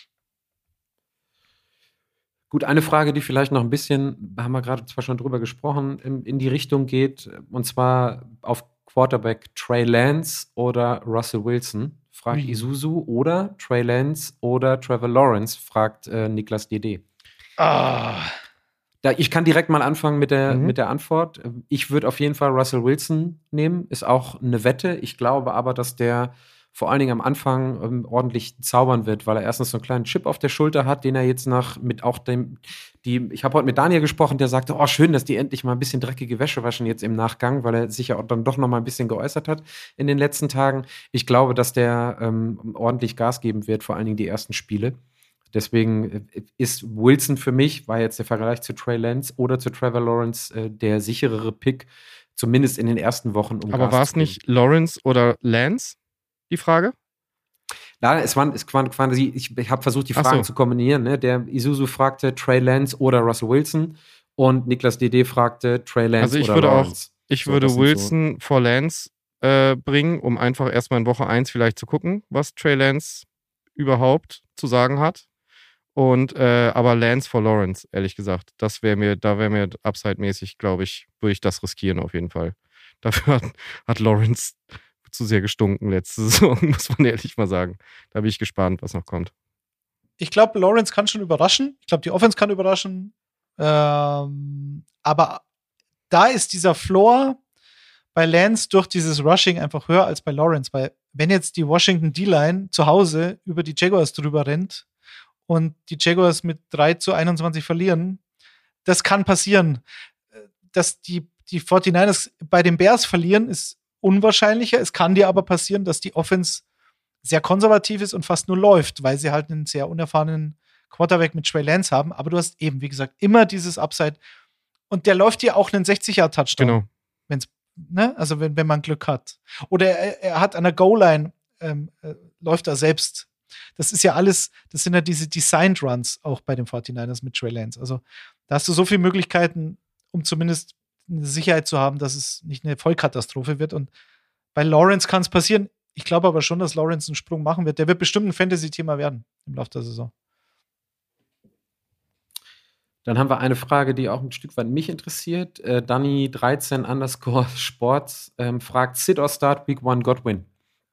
Gut, eine Frage, die vielleicht noch ein bisschen, haben wir gerade zwar schon drüber gesprochen, in die Richtung geht, und zwar auf Quarterback Trey Lance oder Russell Wilson, fragt Isuzu, oder Trey Lance oder Trevor Lawrence, fragt Niklas DD. Ich kann direkt mal anfangen mit der Antwort. Ich würde auf jeden Fall Russell Wilson nehmen. Ist auch eine Wette. Ich glaube aber, dass der vor allen Dingen am Anfang ordentlich zaubern wird, weil er erstens so einen kleinen Chip auf der Schulter hat, den er jetzt ich habe heute mit Daniel gesprochen, der sagte, oh, schön, dass die endlich mal ein bisschen dreckige Wäsche waschen jetzt im Nachgang, weil er sich ja auch dann doch noch mal ein bisschen geäußert hat in den letzten Tagen. Ich glaube, dass der ordentlich Gas geben wird, vor allen Dingen die ersten Spiele. Deswegen ist Wilson für mich, war jetzt der Vergleich zu Trey Lance oder zu Trevor Lawrence der sicherere Pick, zumindest in den ersten Wochen. Aber war es nicht Lawrence oder Lance, die Frage? Ja, es waren quasi, ich habe versucht, die Fragen zu kombinieren. Ne? Der Isuzu fragte Trey Lance oder Russell Wilson und Niklas DD fragte Trey Lance oder Lawrence. Ich würde Wilson vor Lance bringen, um einfach erstmal in Woche 1 vielleicht zu gucken, was Trey Lance überhaupt zu sagen hat. Und aber Lance vor Lawrence, ehrlich gesagt. Da wäre mir upside-mäßig, glaube ich, würde ich das riskieren auf jeden Fall. Dafür hat Lawrence zu sehr gestunken letzte Saison, muss man ehrlich mal sagen. Da bin ich gespannt, was noch kommt. Ich glaube, Lawrence kann schon überraschen. Ich glaube, die Offense kann überraschen. Aber da ist dieser Floor bei Lance durch dieses Rushing einfach höher als bei Lawrence. Weil wenn jetzt die Washington D-Line zu Hause über die Jaguars drüber rennt und die Jaguars mit 3-21 verlieren, das kann passieren. Dass die 49ers bei den Bears verlieren, ist unwahrscheinlicher. Es kann dir aber passieren, dass die Offense sehr konservativ ist und fast nur läuft, weil sie halt einen sehr unerfahrenen Quarterback mit Trey Lance haben. Aber du hast eben, wie gesagt, immer dieses Upside. Und der läuft dir auch einen 60-Yard-Touchdown. Genau. Wenn's, ne? Also wenn man Glück hat. Oder er hat an der Goal-Line, läuft er selbst. Das ist ja alles, das sind ja diese Designed Runs auch bei den 49ers mit Trey Lance. Also da hast du so viele Möglichkeiten, um zumindest eine Sicherheit zu haben, dass es nicht eine Vollkatastrophe wird. Und bei Lawrence kann es passieren. Ich glaube aber schon, dass Lawrence einen Sprung machen wird. Der wird bestimmt ein Fantasy-Thema werden im Laufe der Saison. Dann haben wir eine Frage, die auch ein Stück weit mich interessiert. Danny 13 _ Sports fragt, Sit or Start Week 1 Godwin?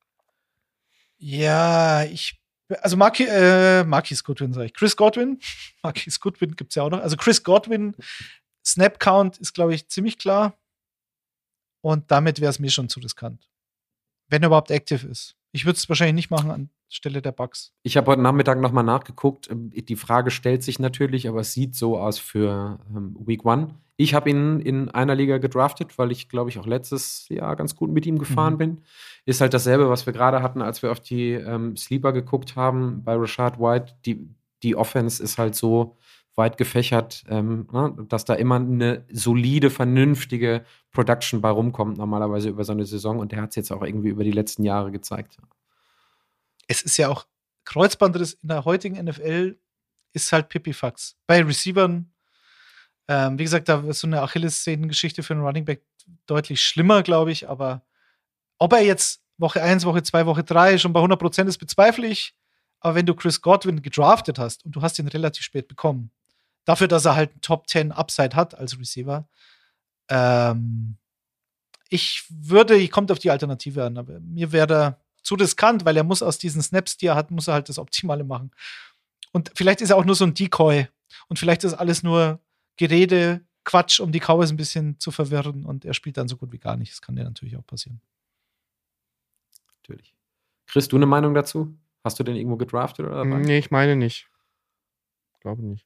Ja, also Marquise Goodwin, sage ich. Chris Godwin. Marquise Goodwin gibt es ja auch noch. Also Chris Godwin, Snap-Count ist, glaube ich, ziemlich klar. Und damit wäre es mir schon zu riskant. Wenn er überhaupt active ist. Ich würde es wahrscheinlich nicht machen anstelle der Bucks. Ich habe heute Nachmittag nochmal nachgeguckt. Die Frage stellt sich natürlich, aber es sieht so aus für Week 1. Ich habe ihn in einer Liga gedraftet, weil ich, glaube ich, auch letztes Jahr ganz gut mit ihm gefahren bin. Ist halt dasselbe, was wir gerade hatten, als wir auf die Sleeper geguckt haben bei Rashad White. Die Offense ist halt so weit gefächert, dass da immer eine solide, vernünftige Production bei rumkommt, normalerweise über so eine Saison. Und der hat es jetzt auch irgendwie über die letzten Jahre gezeigt. Es ist ja auch Kreuzbandriss in der heutigen NFL ist halt Pipifax. Bei Receivern, wie gesagt, da ist so eine Achillessehnengeschichte für einen Running Back deutlich schlimmer, glaube ich. Aber ob er jetzt Woche 1, Woche 2, Woche 3 schon bei 100% ist, bezweifle ich. Aber wenn du Chris Godwin gedraftet hast und du hast ihn relativ spät bekommen, dafür, dass er halt einen Top 10 Upside hat als Receiver, Kommt auf die Alternative an, aber mir wäre er zu riskant, weil er muss aus diesen Snaps, die er hat, muss er halt das Optimale machen. Und vielleicht ist er auch nur so ein Decoy. Und vielleicht ist alles nur Gerede, Quatsch, um die Cowboys ein bisschen zu verwirren. Und er spielt dann so gut wie gar nicht. Das kann ja natürlich auch passieren. Natürlich. Chris, du eine Meinung dazu? Hast du den irgendwo gedraftet oder dabei? Nee, ich meine nicht. Glaube nicht.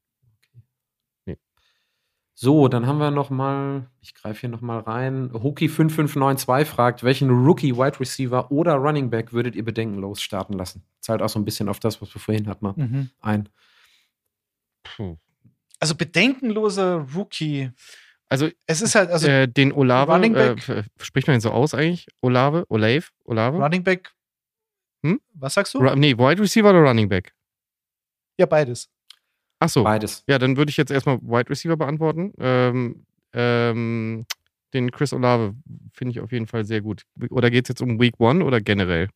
So, dann haben wir noch mal, ich greife hier noch mal rein. Hoki5592 fragt, welchen Rookie, Wide Receiver oder Running Back würdet ihr bedenkenlos starten lassen? Zahlt auch so ein bisschen auf das, was wir vorhin hatten, ein. Also bedenkenloser Rookie. Also es ist halt, den Olave, Running Back, spricht man den so aus eigentlich? Olave? Running Back. Was sagst du? Wide Receiver oder Running Back? Ja, beides. Ach so. Beides. Ja, dann würde ich jetzt erstmal Wide Receiver beantworten. Den Chris Olave finde ich auf jeden Fall sehr gut. Oder geht es jetzt um Week 1 oder generell?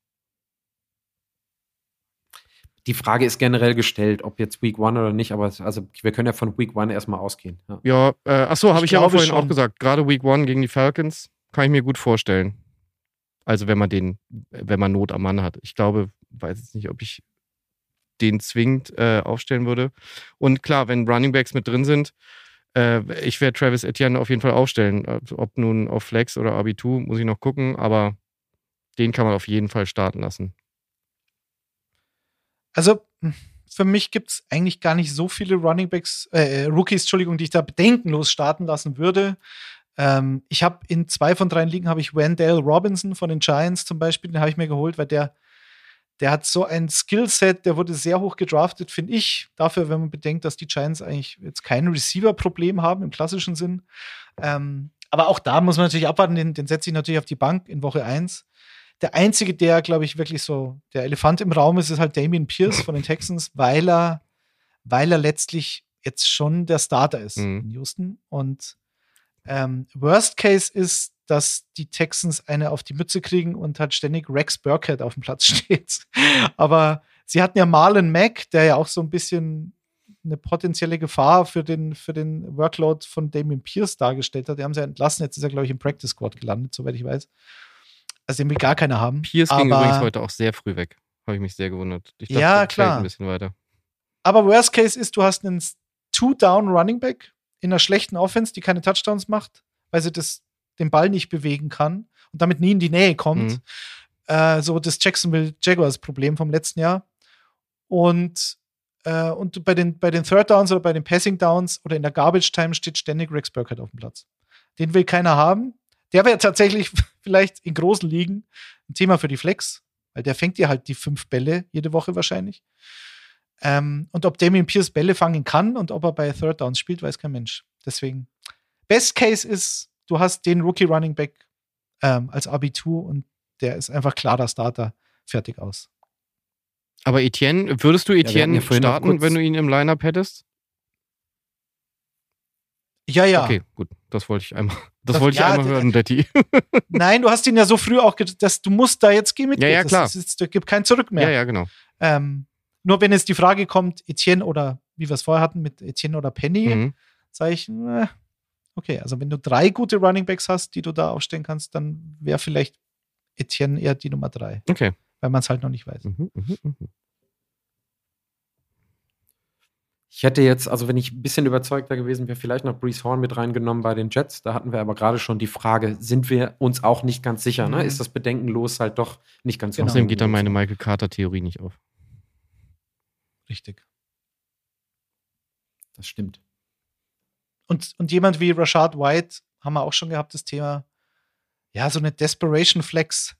Die Frage ist generell gestellt, ob jetzt Week 1 oder nicht, aber also wir können ja von Week 1 erstmal ausgehen. Ja, achso, habe ich ja auch vorhin auch gesagt. Gerade Week 1 gegen die Falcons kann ich mir gut vorstellen. Also wenn man Not am Mann hat. Ich glaube, weiß jetzt nicht, ob ich den zwingend aufstellen würde. Und klar, wenn Runningbacks mit drin sind, ich werde Travis Etienne auf jeden Fall aufstellen. Ob nun auf Flex oder RB2, muss ich noch gucken, aber den kann man auf jeden Fall starten lassen. Also für mich gibt es eigentlich gar nicht so viele Rookies, die ich da bedenkenlos starten lassen würde. Ich habe in 2 von 3 Ligen habe ich Wendell Robinson von den Giants zum Beispiel, den habe ich mir geholt, weil der hat so ein Skillset, der wurde sehr hoch gedraftet, finde ich. Dafür, wenn man bedenkt, dass die Giants eigentlich jetzt kein Receiver-Problem haben im klassischen Sinn. Aber auch da muss man natürlich abwarten, den setze ich natürlich auf die Bank in Woche 1. Der einzige, der, glaube ich, wirklich so der Elefant im Raum ist halt Dameon Pierce von den Texans, weil er letztlich jetzt schon der Starter ist in Houston. Und Worst Case ist, dass die Texans eine auf die Mütze kriegen und halt ständig Rex Burkhead auf dem Platz steht. Aber sie hatten ja Marlon Mack, der ja auch so ein bisschen eine potenzielle Gefahr für den Workload von Dameon Pierce dargestellt hat. Die haben sie ja entlassen. Jetzt ist er, glaube ich, im Practice Squad gelandet, soweit ich weiß. Also den will gar keiner haben. Pierce ging übrigens heute auch sehr früh weg. Habe ich mich sehr gewundert. Ich dachte, ja, klar. Ein bisschen weiter. Aber Worst Case ist, du hast einen 2-Down-Running-Back in einer schlechten Offense, die keine Touchdowns macht, weil sie den Ball nicht bewegen kann und damit nie in die Nähe kommt. So das Jacksonville Jaguars Problem vom letzten Jahr. Und bei den Third Downs oder bei den Passing Downs oder in der Garbage Time steht ständig Rex Burkhead auf dem Platz. Den will keiner haben. Der wäre tatsächlich vielleicht in großen Ligen ein Thema für die Flex, weil der fängt dir halt die 5 Bälle jede Woche wahrscheinlich. Und ob Dameon Pierce Bälle fangen kann und ob er bei Third Downs spielt, weiß kein Mensch. Deswegen, Best Case ist, du hast den Rookie Running Back als RB2 und der ist einfach klarer Starter, fertig aus. Aber Etienne, würdest du Etienne starten, wenn du ihn im Lineup hättest? Ja. Okay, gut. Das wollte ich einmal hören, Detti. Nein, du hast ihn ja so früh auch, dass du musst da jetzt gehen mit. Ja, klar. Da gibt kein Zurück mehr. Ja, genau. Nur wenn jetzt die Frage kommt, Etienne oder, wie wir es vorher hatten, mit Etienne oder Penny, sage ich, okay, also wenn du 3 gute Runningbacks hast, die du da aufstellen kannst, dann wäre vielleicht Etienne eher die Nummer 3. Okay. Weil man es halt noch nicht weiß. Ich hätte jetzt, also wenn ich ein bisschen überzeugter gewesen wäre, vielleicht noch Breece Hall mit reingenommen bei den Jets. Da hatten wir aber gerade schon die Frage, sind wir uns auch nicht ganz sicher, ne? Ist das bedenkenlos halt doch nicht ganz genau. Außerdem geht dann meine Michael Carter-Theorie nicht auf. Richtig. Das stimmt. Und jemand wie Rashad White, haben wir auch schon gehabt, das Thema, ja, so eine Desperation Flex.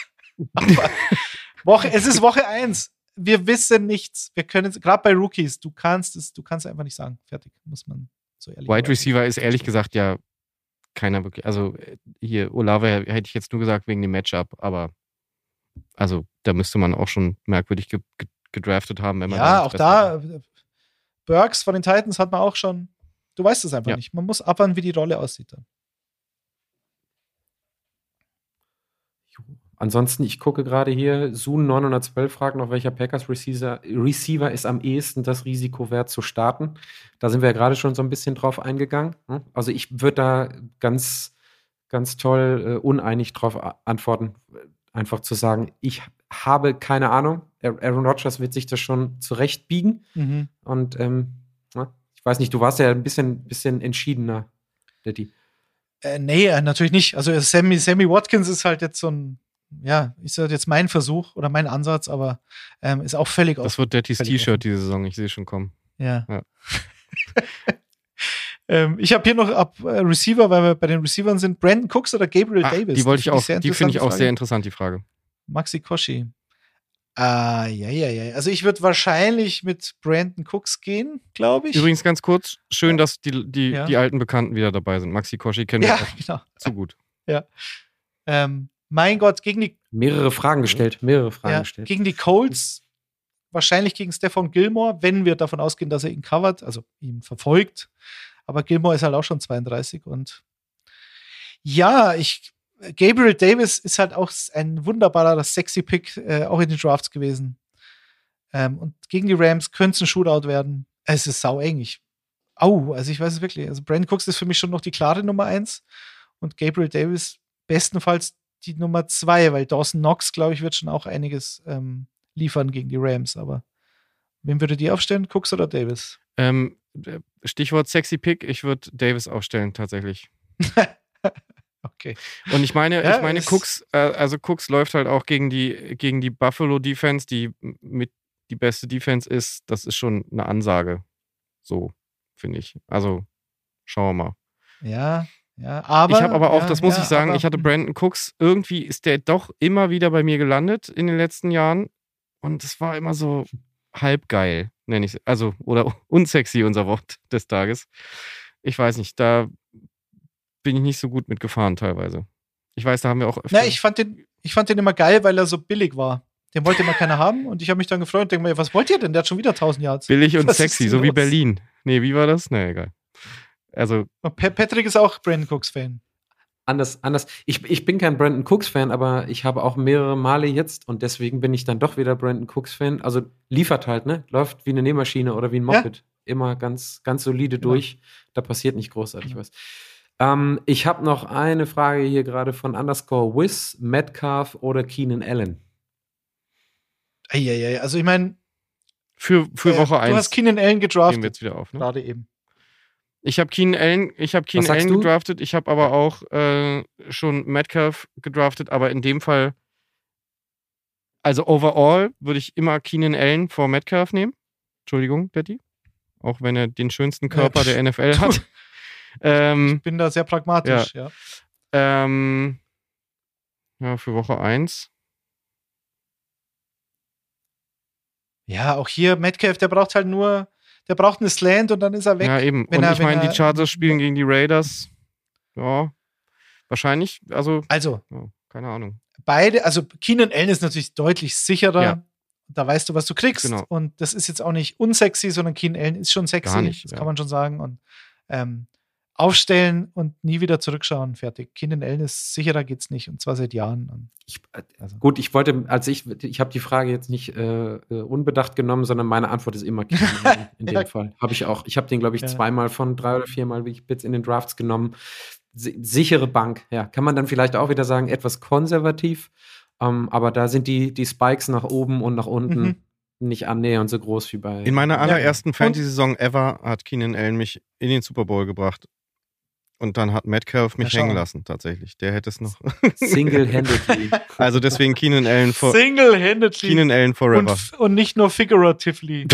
Es ist Woche 1. Wir wissen nichts. Wir können es, gerade bei Rookies, du kannst einfach nicht sagen. Fertig, muss man so ehrlich sagen. Wide Receiver ist ehrlich gesagt ja keiner wirklich. Also hier, Olave hätte ich jetzt nur gesagt wegen dem Matchup, aber also da müsste man auch schon merkwürdig gedraftet haben, wenn man. Ja, auch da, Burks von den Titans hat man auch schon. Du weißt es einfach nicht. Man muss abwarten, wie die Rolle aussieht dann. Ansonsten, ich gucke gerade hier, Zoom 912 fragt noch, welcher Packers Receiver ist am ehesten das Risiko wert zu starten. Da sind wir ja gerade schon so ein bisschen drauf eingegangen. Also ich würde da ganz, ganz toll uneinig drauf antworten. Einfach zu sagen, ich habe keine Ahnung. Aaron Rodgers wird sich das schon zurechtbiegen. Und ich weiß nicht, du warst ja ein bisschen entschiedener, Detti. Nee, natürlich nicht. Also Sammy Watkins ist halt jetzt so ein, ist halt jetzt mein Versuch oder mein Ansatz, aber ist auch völlig Das wird Dettys T-Shirt diese Saison, ich sehe schon kommen. Ja. Ich habe hier noch Receiver, weil wir bei den Receivern sind, Brandon Cooks oder Gabriel Davis. Die wollte ich auch, die finde ich auch sehr interessant, die Frage. Maxi Koshi. Also ich würde wahrscheinlich mit Brandon Cooks gehen, glaube ich. Übrigens ganz kurz, schön, dass die alten Bekannten wieder dabei sind. Maxi Koshi kennen wir auch zu gut. Ja. Mein Gott, gegen die mehrere Fragen gestellt. Gegen die Colts, wahrscheinlich gegen Stephon Gilmore, wenn wir davon ausgehen, dass er ihn covert, also ihn verfolgt. Aber Gilmore ist halt auch schon 32 und Gabriel Davis ist halt auch ein wunderbarer, sexy Pick, auch in den Drafts gewesen. Und gegen die Rams könnte es ein Shootout werden. Es ist saueng. Also ich weiß es wirklich. Also Brandon Cooks ist für mich schon noch die klare Nummer 1 und Gabriel Davis bestenfalls die Nummer 2, weil Dawson Knox, glaube ich, wird schon auch einiges liefern gegen die Rams. Aber wen würdet ihr aufstellen? Cooks oder Davis? Stichwort sexy Pick. Ich würde Davis aufstellen, tatsächlich. Okay. Und ich meine, Cooks, Cooks läuft halt auch gegen die Buffalo Defense, die mit die beste Defense ist. Das ist schon eine Ansage. So, finde ich. Also, schauen wir mal. Ja, aber. Ich habe aber auch, das muss ich sagen, ich hatte Brandon Cooks, irgendwie ist der doch immer wieder bei mir gelandet in den letzten Jahren. Und es war immer so halb geil, nenne ich es. Also, oder unsexy, unser Wort des Tages. Ich weiß nicht, da bin ich nicht so gut mitgefahren teilweise. Ich weiß, da haben wir auch öfter. Ich fand den immer geil, weil er so billig war. Den wollte immer keiner haben und ich habe mich dann gefreut und denke mir, was wollt ihr denn? Der hat schon wieder 1000 Yards. Billig und sexy, so wie Berlin. Nee, wie war das? Nee, egal. Also. Patrick ist auch Brandon Cooks-Fan. Anders. Ich bin kein Brandon Cooks-Fan, aber ich habe auch mehrere Male jetzt und deswegen bin ich dann doch wieder Brandon Cooks-Fan. Also liefert halt, ne? Läuft wie eine Nähmaschine oder wie ein Moped. Immer ganz, ganz solide durch. Da passiert nicht großartig was. Ich habe noch eine Frage hier gerade von _Wiz, Metcalf oder Keenan Allen. Also ich meine, für Woche 1. Du hast Keenan Allen gedraftet. Gehen wir jetzt wieder auf, ne? Gerade eben. Ich habe Keenan Allen gedraftet. Ich habe aber auch schon Metcalf gedraftet, aber in dem Fall, also overall würde ich immer Keenan Allen vor Metcalf nehmen. Entschuldigung, Detti. Auch wenn er den schönsten Körper der NFL hat. Ich bin da sehr pragmatisch, ja. Für Woche 1. Ja, auch hier Metcalf, der braucht eine Slant und dann ist er weg. Ja, eben. Und ich meine, die Chargers spielen gegen die Raiders. Ja, wahrscheinlich. Also ja, keine Ahnung. Beide, also Keenan Allen ist natürlich deutlich sicherer. Ja. Da weißt du, was du kriegst. Genau. Und das ist jetzt auch nicht unsexy, sondern Keenan Allen ist schon sexy. Gar nicht, das kann man schon sagen. Und aufstellen und nie wieder zurückschauen, fertig. Keenan Allen ist sicherer geht's nicht und zwar seit Jahren. Gut, ich habe die Frage jetzt nicht unbedacht genommen, sondern meine Antwort ist immer Keenan Allen in dem Fall. Habe ich auch. Ich habe den, glaube ich, 2-mal von 3 oder 4-mal wie ich Bits in den Drafts genommen. Sichere Bank, ja. Kann man dann vielleicht auch wieder sagen, etwas konservativ, aber da sind die Spikes nach oben und nach unten nicht annähernd so groß wie bei. In meiner allerersten Fantasy-Saison ever hat Keenan Allen mich in den Super Bowl gebracht. Und dann hat Metcalf mich hängen lassen, tatsächlich. Der hätte es noch. Single-handedly. Also deswegen Keenan Allen Single-handedly. Keenan Allen forever. Und nicht nur figuratively.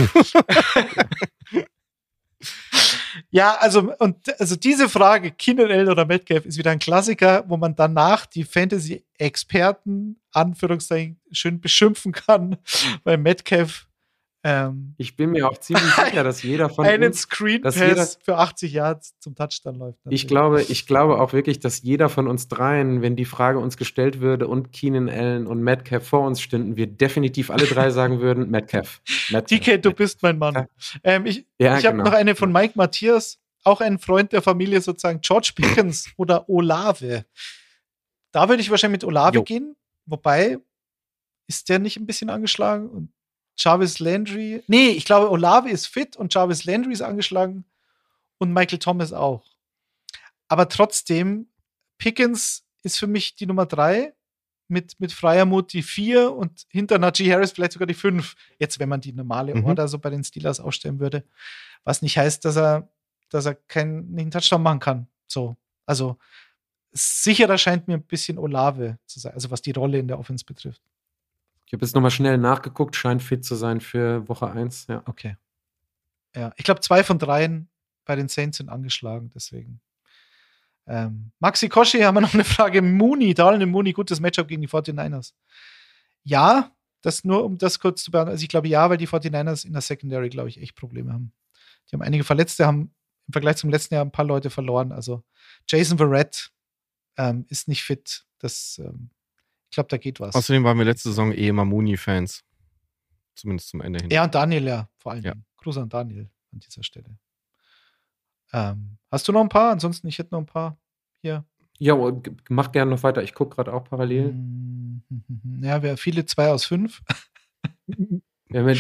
Ja, also diese Frage, Keenan Allen oder Metcalf, ist wieder ein Klassiker, wo man danach die Fantasy-Experten, Anführungszeichen, schön beschimpfen kann, weil Metcalf ich bin mir auch ziemlich sicher, dass jeder von einen Screen Pass für 80 Yards zum Touchdown läuft. Ich glaube auch wirklich, dass jeder von uns dreien, wenn die Frage uns gestellt würde und Keenan Allen und Metcalf vor uns stünden, wir definitiv alle drei sagen würden, Metcalf. DK, du bist mein Mann. Ich habe noch eine von Mike Matthias, auch ein Freund der Familie sozusagen, George Pickens oder Olave. Da würde ich wahrscheinlich mit Olave gehen. Wobei, ist der nicht ein bisschen angeschlagen? Und Jarvis Landry? Nee, ich glaube, Olave ist fit und Jarvis Landry ist angeschlagen und Michael Thomas auch. Aber trotzdem, Pickens ist für mich die Nummer 3, mit Freiermuth die 4 und hinter Najee Harris vielleicht sogar die 5. Jetzt, wenn man die normale Order so bei den Steelers aufstellen würde. Was nicht heißt, dass er keinen Touchdown machen kann. So. Also, sicherer scheint mir ein bisschen Olave zu sein, also was die Rolle in der Offense betrifft. Ich habe jetzt nochmal schnell nachgeguckt, scheint fit zu sein für Woche 1. Ja. Okay. Ja, ich glaube, 2 von 3 bei den Saints sind angeschlagen, deswegen. Maxi Koschi, haben wir noch eine Frage. Darnell Mooney, gutes Matchup gegen die 49ers. Ja, das nur, um das kurz zu beantworten. Also ich glaube, ja, weil die 49ers in der Secondary, glaube ich, echt Probleme haben. Die haben einige Verletzte, haben im Vergleich zum letzten Jahr ein paar Leute verloren. Also Jason Verrett ist nicht fit. Ich glaube, da geht was. Außerdem waren wir letzte Saison immer Mooney-Fans. Zumindest zum Ende hin. Ja, und Daniel, ja, vor allem. Ja. Gruß an Daniel an dieser Stelle. Hast du noch ein paar? Ansonsten, ich hätte noch ein paar hier. Ja, mach gerne noch weiter. Ich gucke gerade auch parallel. Ja, wir viele 2 aus 5. Wir haben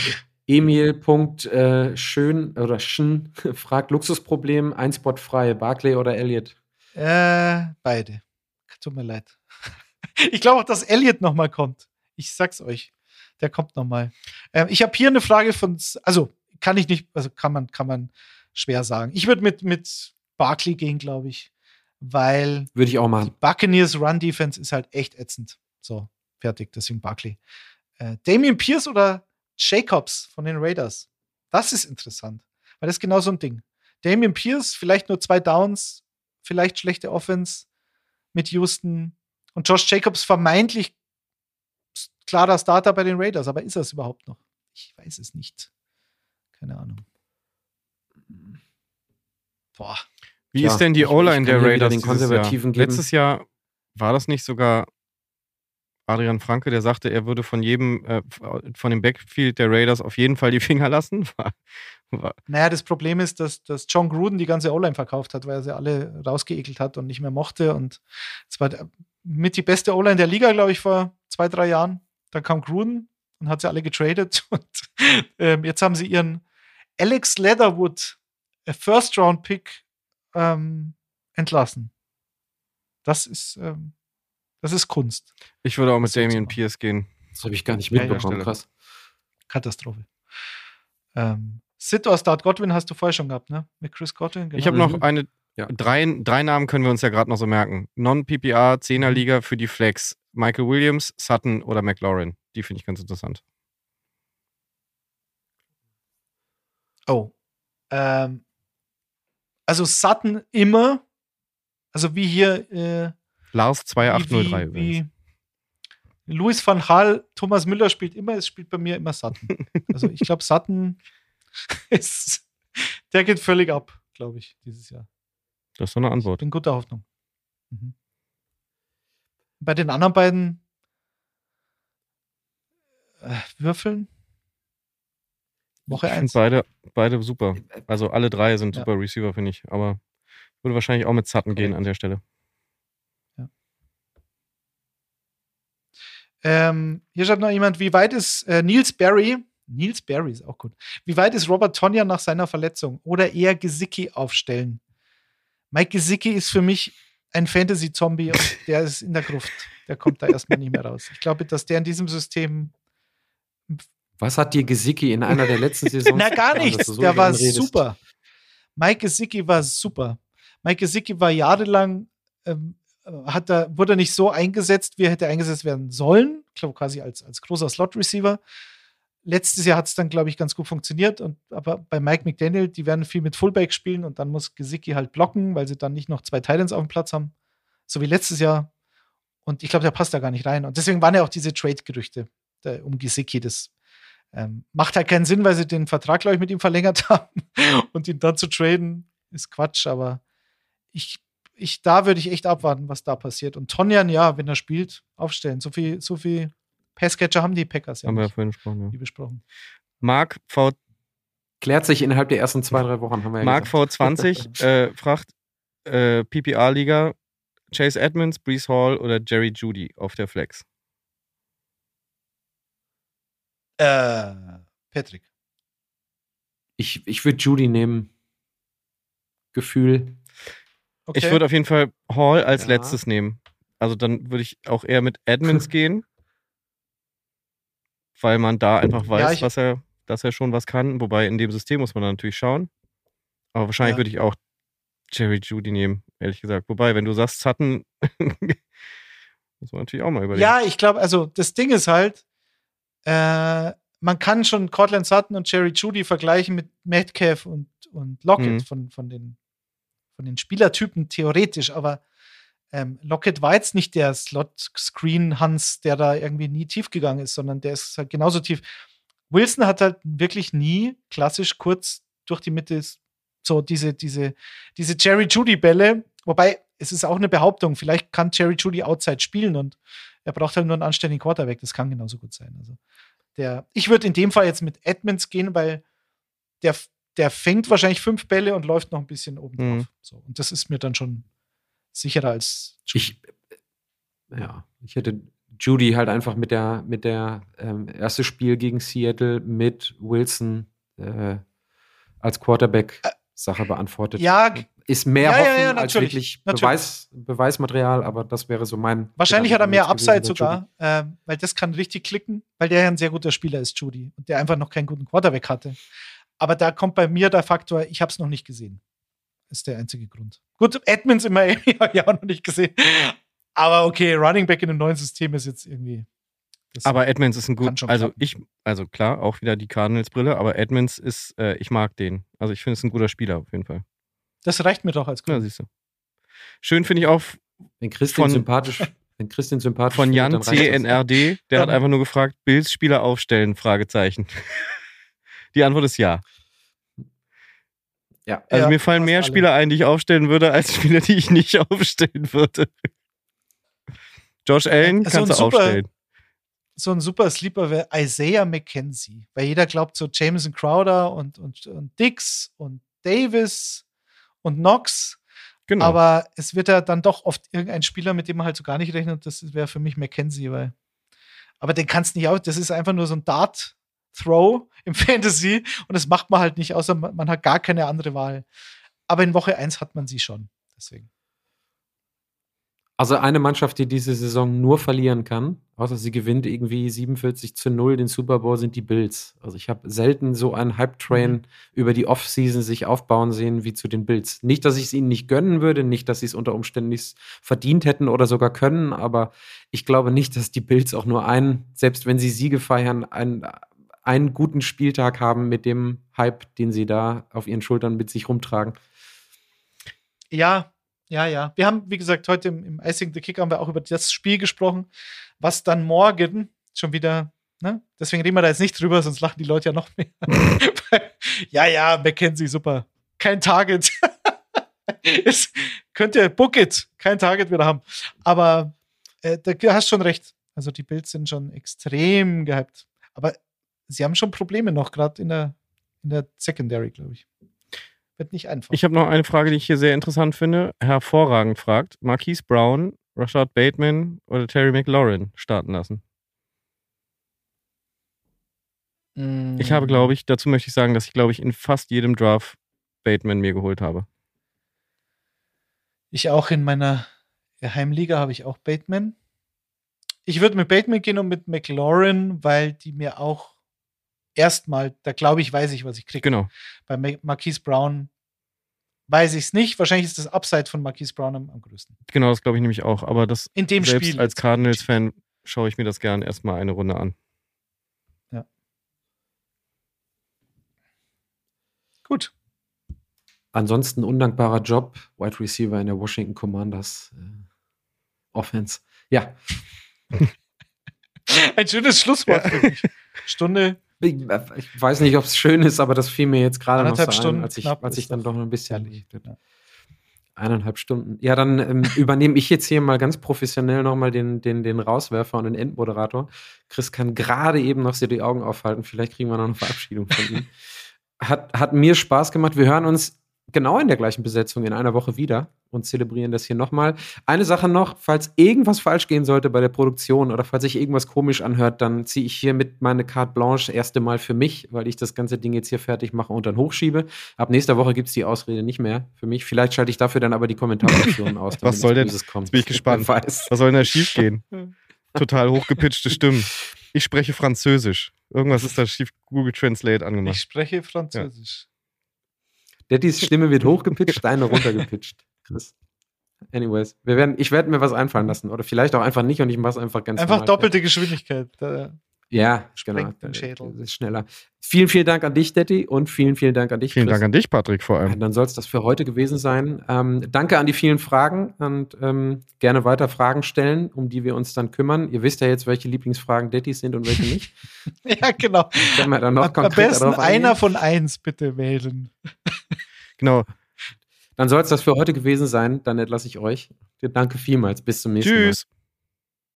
Emil.schön oder Schen fragt: Luxusproblem, ein Spot frei, Barkley oder Elliott? Beide. Tut mir leid. Ich glaube auch, dass Elliott nochmal kommt. Ich sag's euch. Der kommt nochmal. Ich habe hier eine Frage kann man schwer sagen. Ich würde mit Barkley gehen, glaube ich. Weil würde ich auch machen. Die Buccaneers Run-Defense ist halt echt ätzend. So, fertig, deswegen Barkley. Dameon Pierce oder Jacobs von den Raiders? Das ist interessant, weil das ist genau so ein Ding. Dameon Pierce, vielleicht nur 2 Downs, vielleicht schlechte Offense mit Houston und Josh Jacobs vermeintlich klarer Starter bei den Raiders, aber ist er es überhaupt noch? Ich weiß es nicht. Keine Ahnung. Boah. Wie ist denn die O-Line der Raiders den Konservativen Jahr? Letztes Jahr war das nicht sogar Adrian Franke, der sagte, er würde von jedem, von dem Backfield der Raiders auf jeden Fall die Finger lassen? Naja, das Problem ist, dass John Gruden die ganze O-Line verkauft hat, weil er sie alle rausgeekelt hat und nicht mehr mochte. Und es war mit die beste O-Line der Liga, glaube ich, vor 2-3 Jahren. Dann kam Gruden und hat sie alle getradet. Und jetzt haben sie ihren Alex Leatherwood First-Round-Pick entlassen. Das ist Kunst. Ich würde auch mit Dameon Pierce gehen. Das habe ich gar nicht mitbekommen. Ja. Krass. Katastrophe. Sid oder Start Godwin hast du vorher schon gehabt, ne? Mit Chris Godwin. Genau. Ich habe noch eine. Ja. Drei Namen können wir uns ja gerade noch so merken. Non-PPR, 10er-Liga für die Flex. Michael Williams, Sutton oder McLaurin. Die finde ich ganz interessant. Oh. Also Sutton immer. Also wie hier Lars 2803 wie Louis van Gaal, Thomas Müller spielt immer, es spielt bei mir immer Sutton. Also ich glaube, Sutton der geht völlig ab, glaube ich, dieses Jahr. Das ist so eine Antwort. Ich bin guter Hoffnung. Mhm. Bei den anderen beiden Würfeln? Woche 1. Ich finde beide super. Also alle 3 sind super Receiver, finde ich. Aber ich würde wahrscheinlich auch mit Sutton gehen an der Stelle. Hier schreibt noch jemand, wie weit ist Niels Barry ist auch gut. Wie weit ist Robert Tonyan nach seiner Verletzung? Oder eher Gesicki aufstellen? Mike Gesicki ist für mich ein Fantasy-Zombie und der ist in der Gruft. Der kommt da erstmal nicht mehr raus. Ich glaube, dass der in diesem System. Was hat dir Gesicki in einer der letzten Saisons? Na, gar nichts. So der war super. Mike Gesicki war super. Mike Gesicki war jahrelang wurde nicht so eingesetzt, wie er hätte eingesetzt werden sollen. Ich glaube, quasi als großer Slot-Receiver. Letztes Jahr hat es dann, glaube ich, ganz gut funktioniert. Aber bei Mike McDaniel, die werden viel mit Fullback spielen und dann muss Gesicki halt blocken, weil sie dann nicht noch 2 Titans auf dem Platz haben. So wie letztes Jahr. Und ich glaube, der passt da gar nicht rein. Und deswegen waren ja auch diese Trade-Gerüchte um Gesicki. Das macht halt keinen Sinn, weil sie den Vertrag, glaube ich, mit ihm verlängert haben. Und ihn dann zu traden, ist Quatsch. Aber da würde ich echt abwarten, was da passiert. Und Tonyan, ja, wenn er spielt, aufstellen. So viel Passcatcher haben die Packers ja. Haben wir ja vorhin gesprochen, ja. Wie besprochen. Mark V. Klärt sich innerhalb der ersten 2-3 Wochen, haben wir ja Mark V20 fragt PPR-Liga Chase Edmonds, Breece Hall oder Jerry Jeudy auf der Flex. Patrick. Ich würde Judy nehmen. Gefühl. Okay. Ich würde auf jeden Fall Hall als letztes nehmen. Also dann würde ich auch eher mit Edmonds gehen. Weil man da einfach weiß, dass er schon was kann. Wobei in dem System muss man dann natürlich schauen. Aber wahrscheinlich würde ich auch Jerry Jeudy nehmen, ehrlich gesagt. Wobei, wenn du sagst Sutton, muss man natürlich auch mal überlegen. Ja, ich glaube, also das Ding ist halt, man kann schon Courtland Sutton und Jerry Jeudy vergleichen mit Metcalf und Lockett von den Spielertypen theoretisch, aber Lockett war jetzt nicht der Slot-Screen-Hans, der da irgendwie nie tief gegangen ist, sondern der ist halt genauso tief. Wilson hat halt wirklich nie klassisch kurz durch die Mitte so diese Jerry Jeudy-Bälle, wobei es ist auch eine Behauptung, vielleicht kann Jerry Jeudy outside spielen und er braucht halt nur einen anständigen Quarterback, das kann genauso gut sein. Also ich würde in dem Fall jetzt mit Edmonds gehen, weil der fängt wahrscheinlich 5 Bälle und läuft noch ein bisschen oben drauf. So, und das ist mir dann schon sicherer als Jeudy. Ich hätte Jeudy halt einfach mit der erste Spiel gegen Seattle mit Wilson als Quarterback-Sache beantwortet. Ja, ist mehr Hoffen als wirklich Beweismaterial, aber das wäre so mein. Wahrscheinlich hat er mehr Upside sogar, weil das kann richtig klicken, weil der ja ein sehr guter Spieler ist, Jeudy, und der einfach noch keinen guten Quarterback hatte. Aber da kommt bei mir der Faktor, ich habe es noch nicht gesehen. Ist der einzige Grund. Gut, Edmonds in Miami habe ich auch noch nicht gesehen. Aber okay, Running Back in einem neuen System ist jetzt irgendwie. Aber Edmonds ist ein gut. Also klar, auch wieder die Cardinals-Brille, aber Edmonds ist, ich mag den. Also ich finde es ein guter Spieler auf jeden Fall. Das reicht mir doch als Grund. Ja, siehst du. Schön finde ich auch. Wenn Christian sympathisch von Jan CNRD, der hat einfach nur gefragt, Bills-Spieler aufstellen? Fragezeichen. Die Antwort ist ja. Ja. Also mir fallen mehr Spieler ein, die ich aufstellen würde, als Spieler, die ich nicht aufstellen würde. Josh Allen kannst du aufstellen. So ein super Sleeper wäre Isaiah McKenzie. Weil jeder glaubt so Jameson Crowder und Dix und Davis und Knox. Genau. Aber es wird ja dann doch oft irgendein Spieler, mit dem man halt so gar nicht rechnet. Das wäre für mich McKenzie. Aber den kannst du nicht aus. Das ist einfach nur so ein Dart-Throw im Fantasy. Und das macht man halt nicht, außer man hat gar keine andere Wahl. Aber in Woche 1 hat man sie schon. Deswegen. Also eine Mannschaft, die diese Saison nur verlieren kann, außer sie gewinnt irgendwie 47-0 den Super Bowl, sind die Bills. Also ich habe selten so einen Hype-Train über die Offseason sich aufbauen sehen wie zu den Bills. Nicht, dass ich es ihnen nicht gönnen würde, nicht, dass sie es unter Umständen nicht verdient hätten oder sogar können, aber ich glaube nicht, dass die Bills auch nur selbst wenn sie Siege feiern, einen guten Spieltag haben mit dem Hype, den sie da auf ihren Schultern mit sich rumtragen. Ja. Wir haben, wie gesagt, heute im Icing the Kick haben wir auch über das Spiel gesprochen, was dann morgen schon wieder, ne? Deswegen reden wir da jetzt nicht drüber, sonst lachen die Leute ja noch mehr. ja, McKenzie, super. Kein Target. Könnt ihr Book it, kein Target wieder haben. Aber du hast schon recht. Also die Bills sind schon extrem gehypt. Aber sie haben schon Probleme noch, gerade in der Secondary, glaube ich. Wird nicht einfach. Ich habe noch eine Frage, die ich hier sehr interessant finde. Hervorragend fragt: Marquise Brown, Rashad Bateman oder Terry McLaurin starten lassen? Ich habe, glaube ich, dazu möchte ich sagen, dass ich, in fast jedem Draft Bateman mir geholt habe. Ich auch in meiner Heimliga habe ich auch Bateman. Ich würde mit Bateman gehen und mit McLaurin, weil die mir auch erstmal, da glaube ich, weiß ich, was ich kriege. Genau. Bei Marquise Brown weiß ich es nicht. Wahrscheinlich ist das Upside von Marquise Brown am größten. Genau, das glaube ich nämlich auch. Aber das in dem selbst Spiel als Cardinals-Fan schaue ich mir das gerne erstmal eine Runde an. Ja. Gut. Ansonsten undankbarer Job, Wide Receiver in der Washington Commanders Offense. Ja. Ein schönes Schlusswort für mich. Stunde. Ich weiß nicht, ob es schön ist, aber das fiel mir jetzt gerade noch so Stunden ein, als ich dann doch noch ein bisschen. Ja. 1,5 Stunden. Ja, dann übernehme ich jetzt hier mal ganz professionell nochmal den Rauswerfer und den Endmoderator. Chris kann gerade eben noch so die Augen aufhalten. Vielleicht kriegen wir noch eine Verabschiedung von ihm. Hat mir Spaß gemacht. Wir hören uns genau in der gleichen Besetzung in einer Woche wieder und zelebrieren das hier nochmal. Eine Sache noch, falls irgendwas falsch gehen sollte bei der Produktion oder falls sich irgendwas komisch anhört, dann ziehe ich hier mit meine Carte Blanche erste Mal für mich, weil ich das ganze Ding jetzt hier fertig mache und dann hochschiebe. Ab nächster Woche gibt es die Ausrede nicht mehr für mich. Vielleicht schalte ich dafür dann aber die Kommentarfunktion aus. Was soll denn? Jetzt bin ich gespannt. Was soll denn da schief gehen? Total hochgepitchte Stimmen. Ich spreche Französisch. Irgendwas ist da schief Google Translate angemacht. Ich spreche Französisch. Daddys Stimme wird hochgepitcht, deine runtergepitcht, Chris. Anyways, ich werde mir was einfallen lassen. Oder vielleicht auch einfach nicht und ich mache es einfach ganz normal. Einfach doppelte Geschwindigkeit. Ja, genau. Das ist schneller. Vielen, vielen Dank an dich, Daddy, und vielen, vielen Dank an dich, Chris. Vielen Dank an dich, Patrick, vor allem. Dann soll es das für heute gewesen sein. Danke an die vielen Fragen und gerne weiter Fragen stellen, um die wir uns dann kümmern. Ihr wisst ja jetzt, welche Lieblingsfragen Daddys sind und welche nicht. Ja, genau. Können wir dann noch am besten einer von 1 bitte wählen. Genau. Dann soll es das für heute gewesen sein. Dann entlasse ich euch. Danke vielmals. Bis zum nächsten Mal. Tschüss.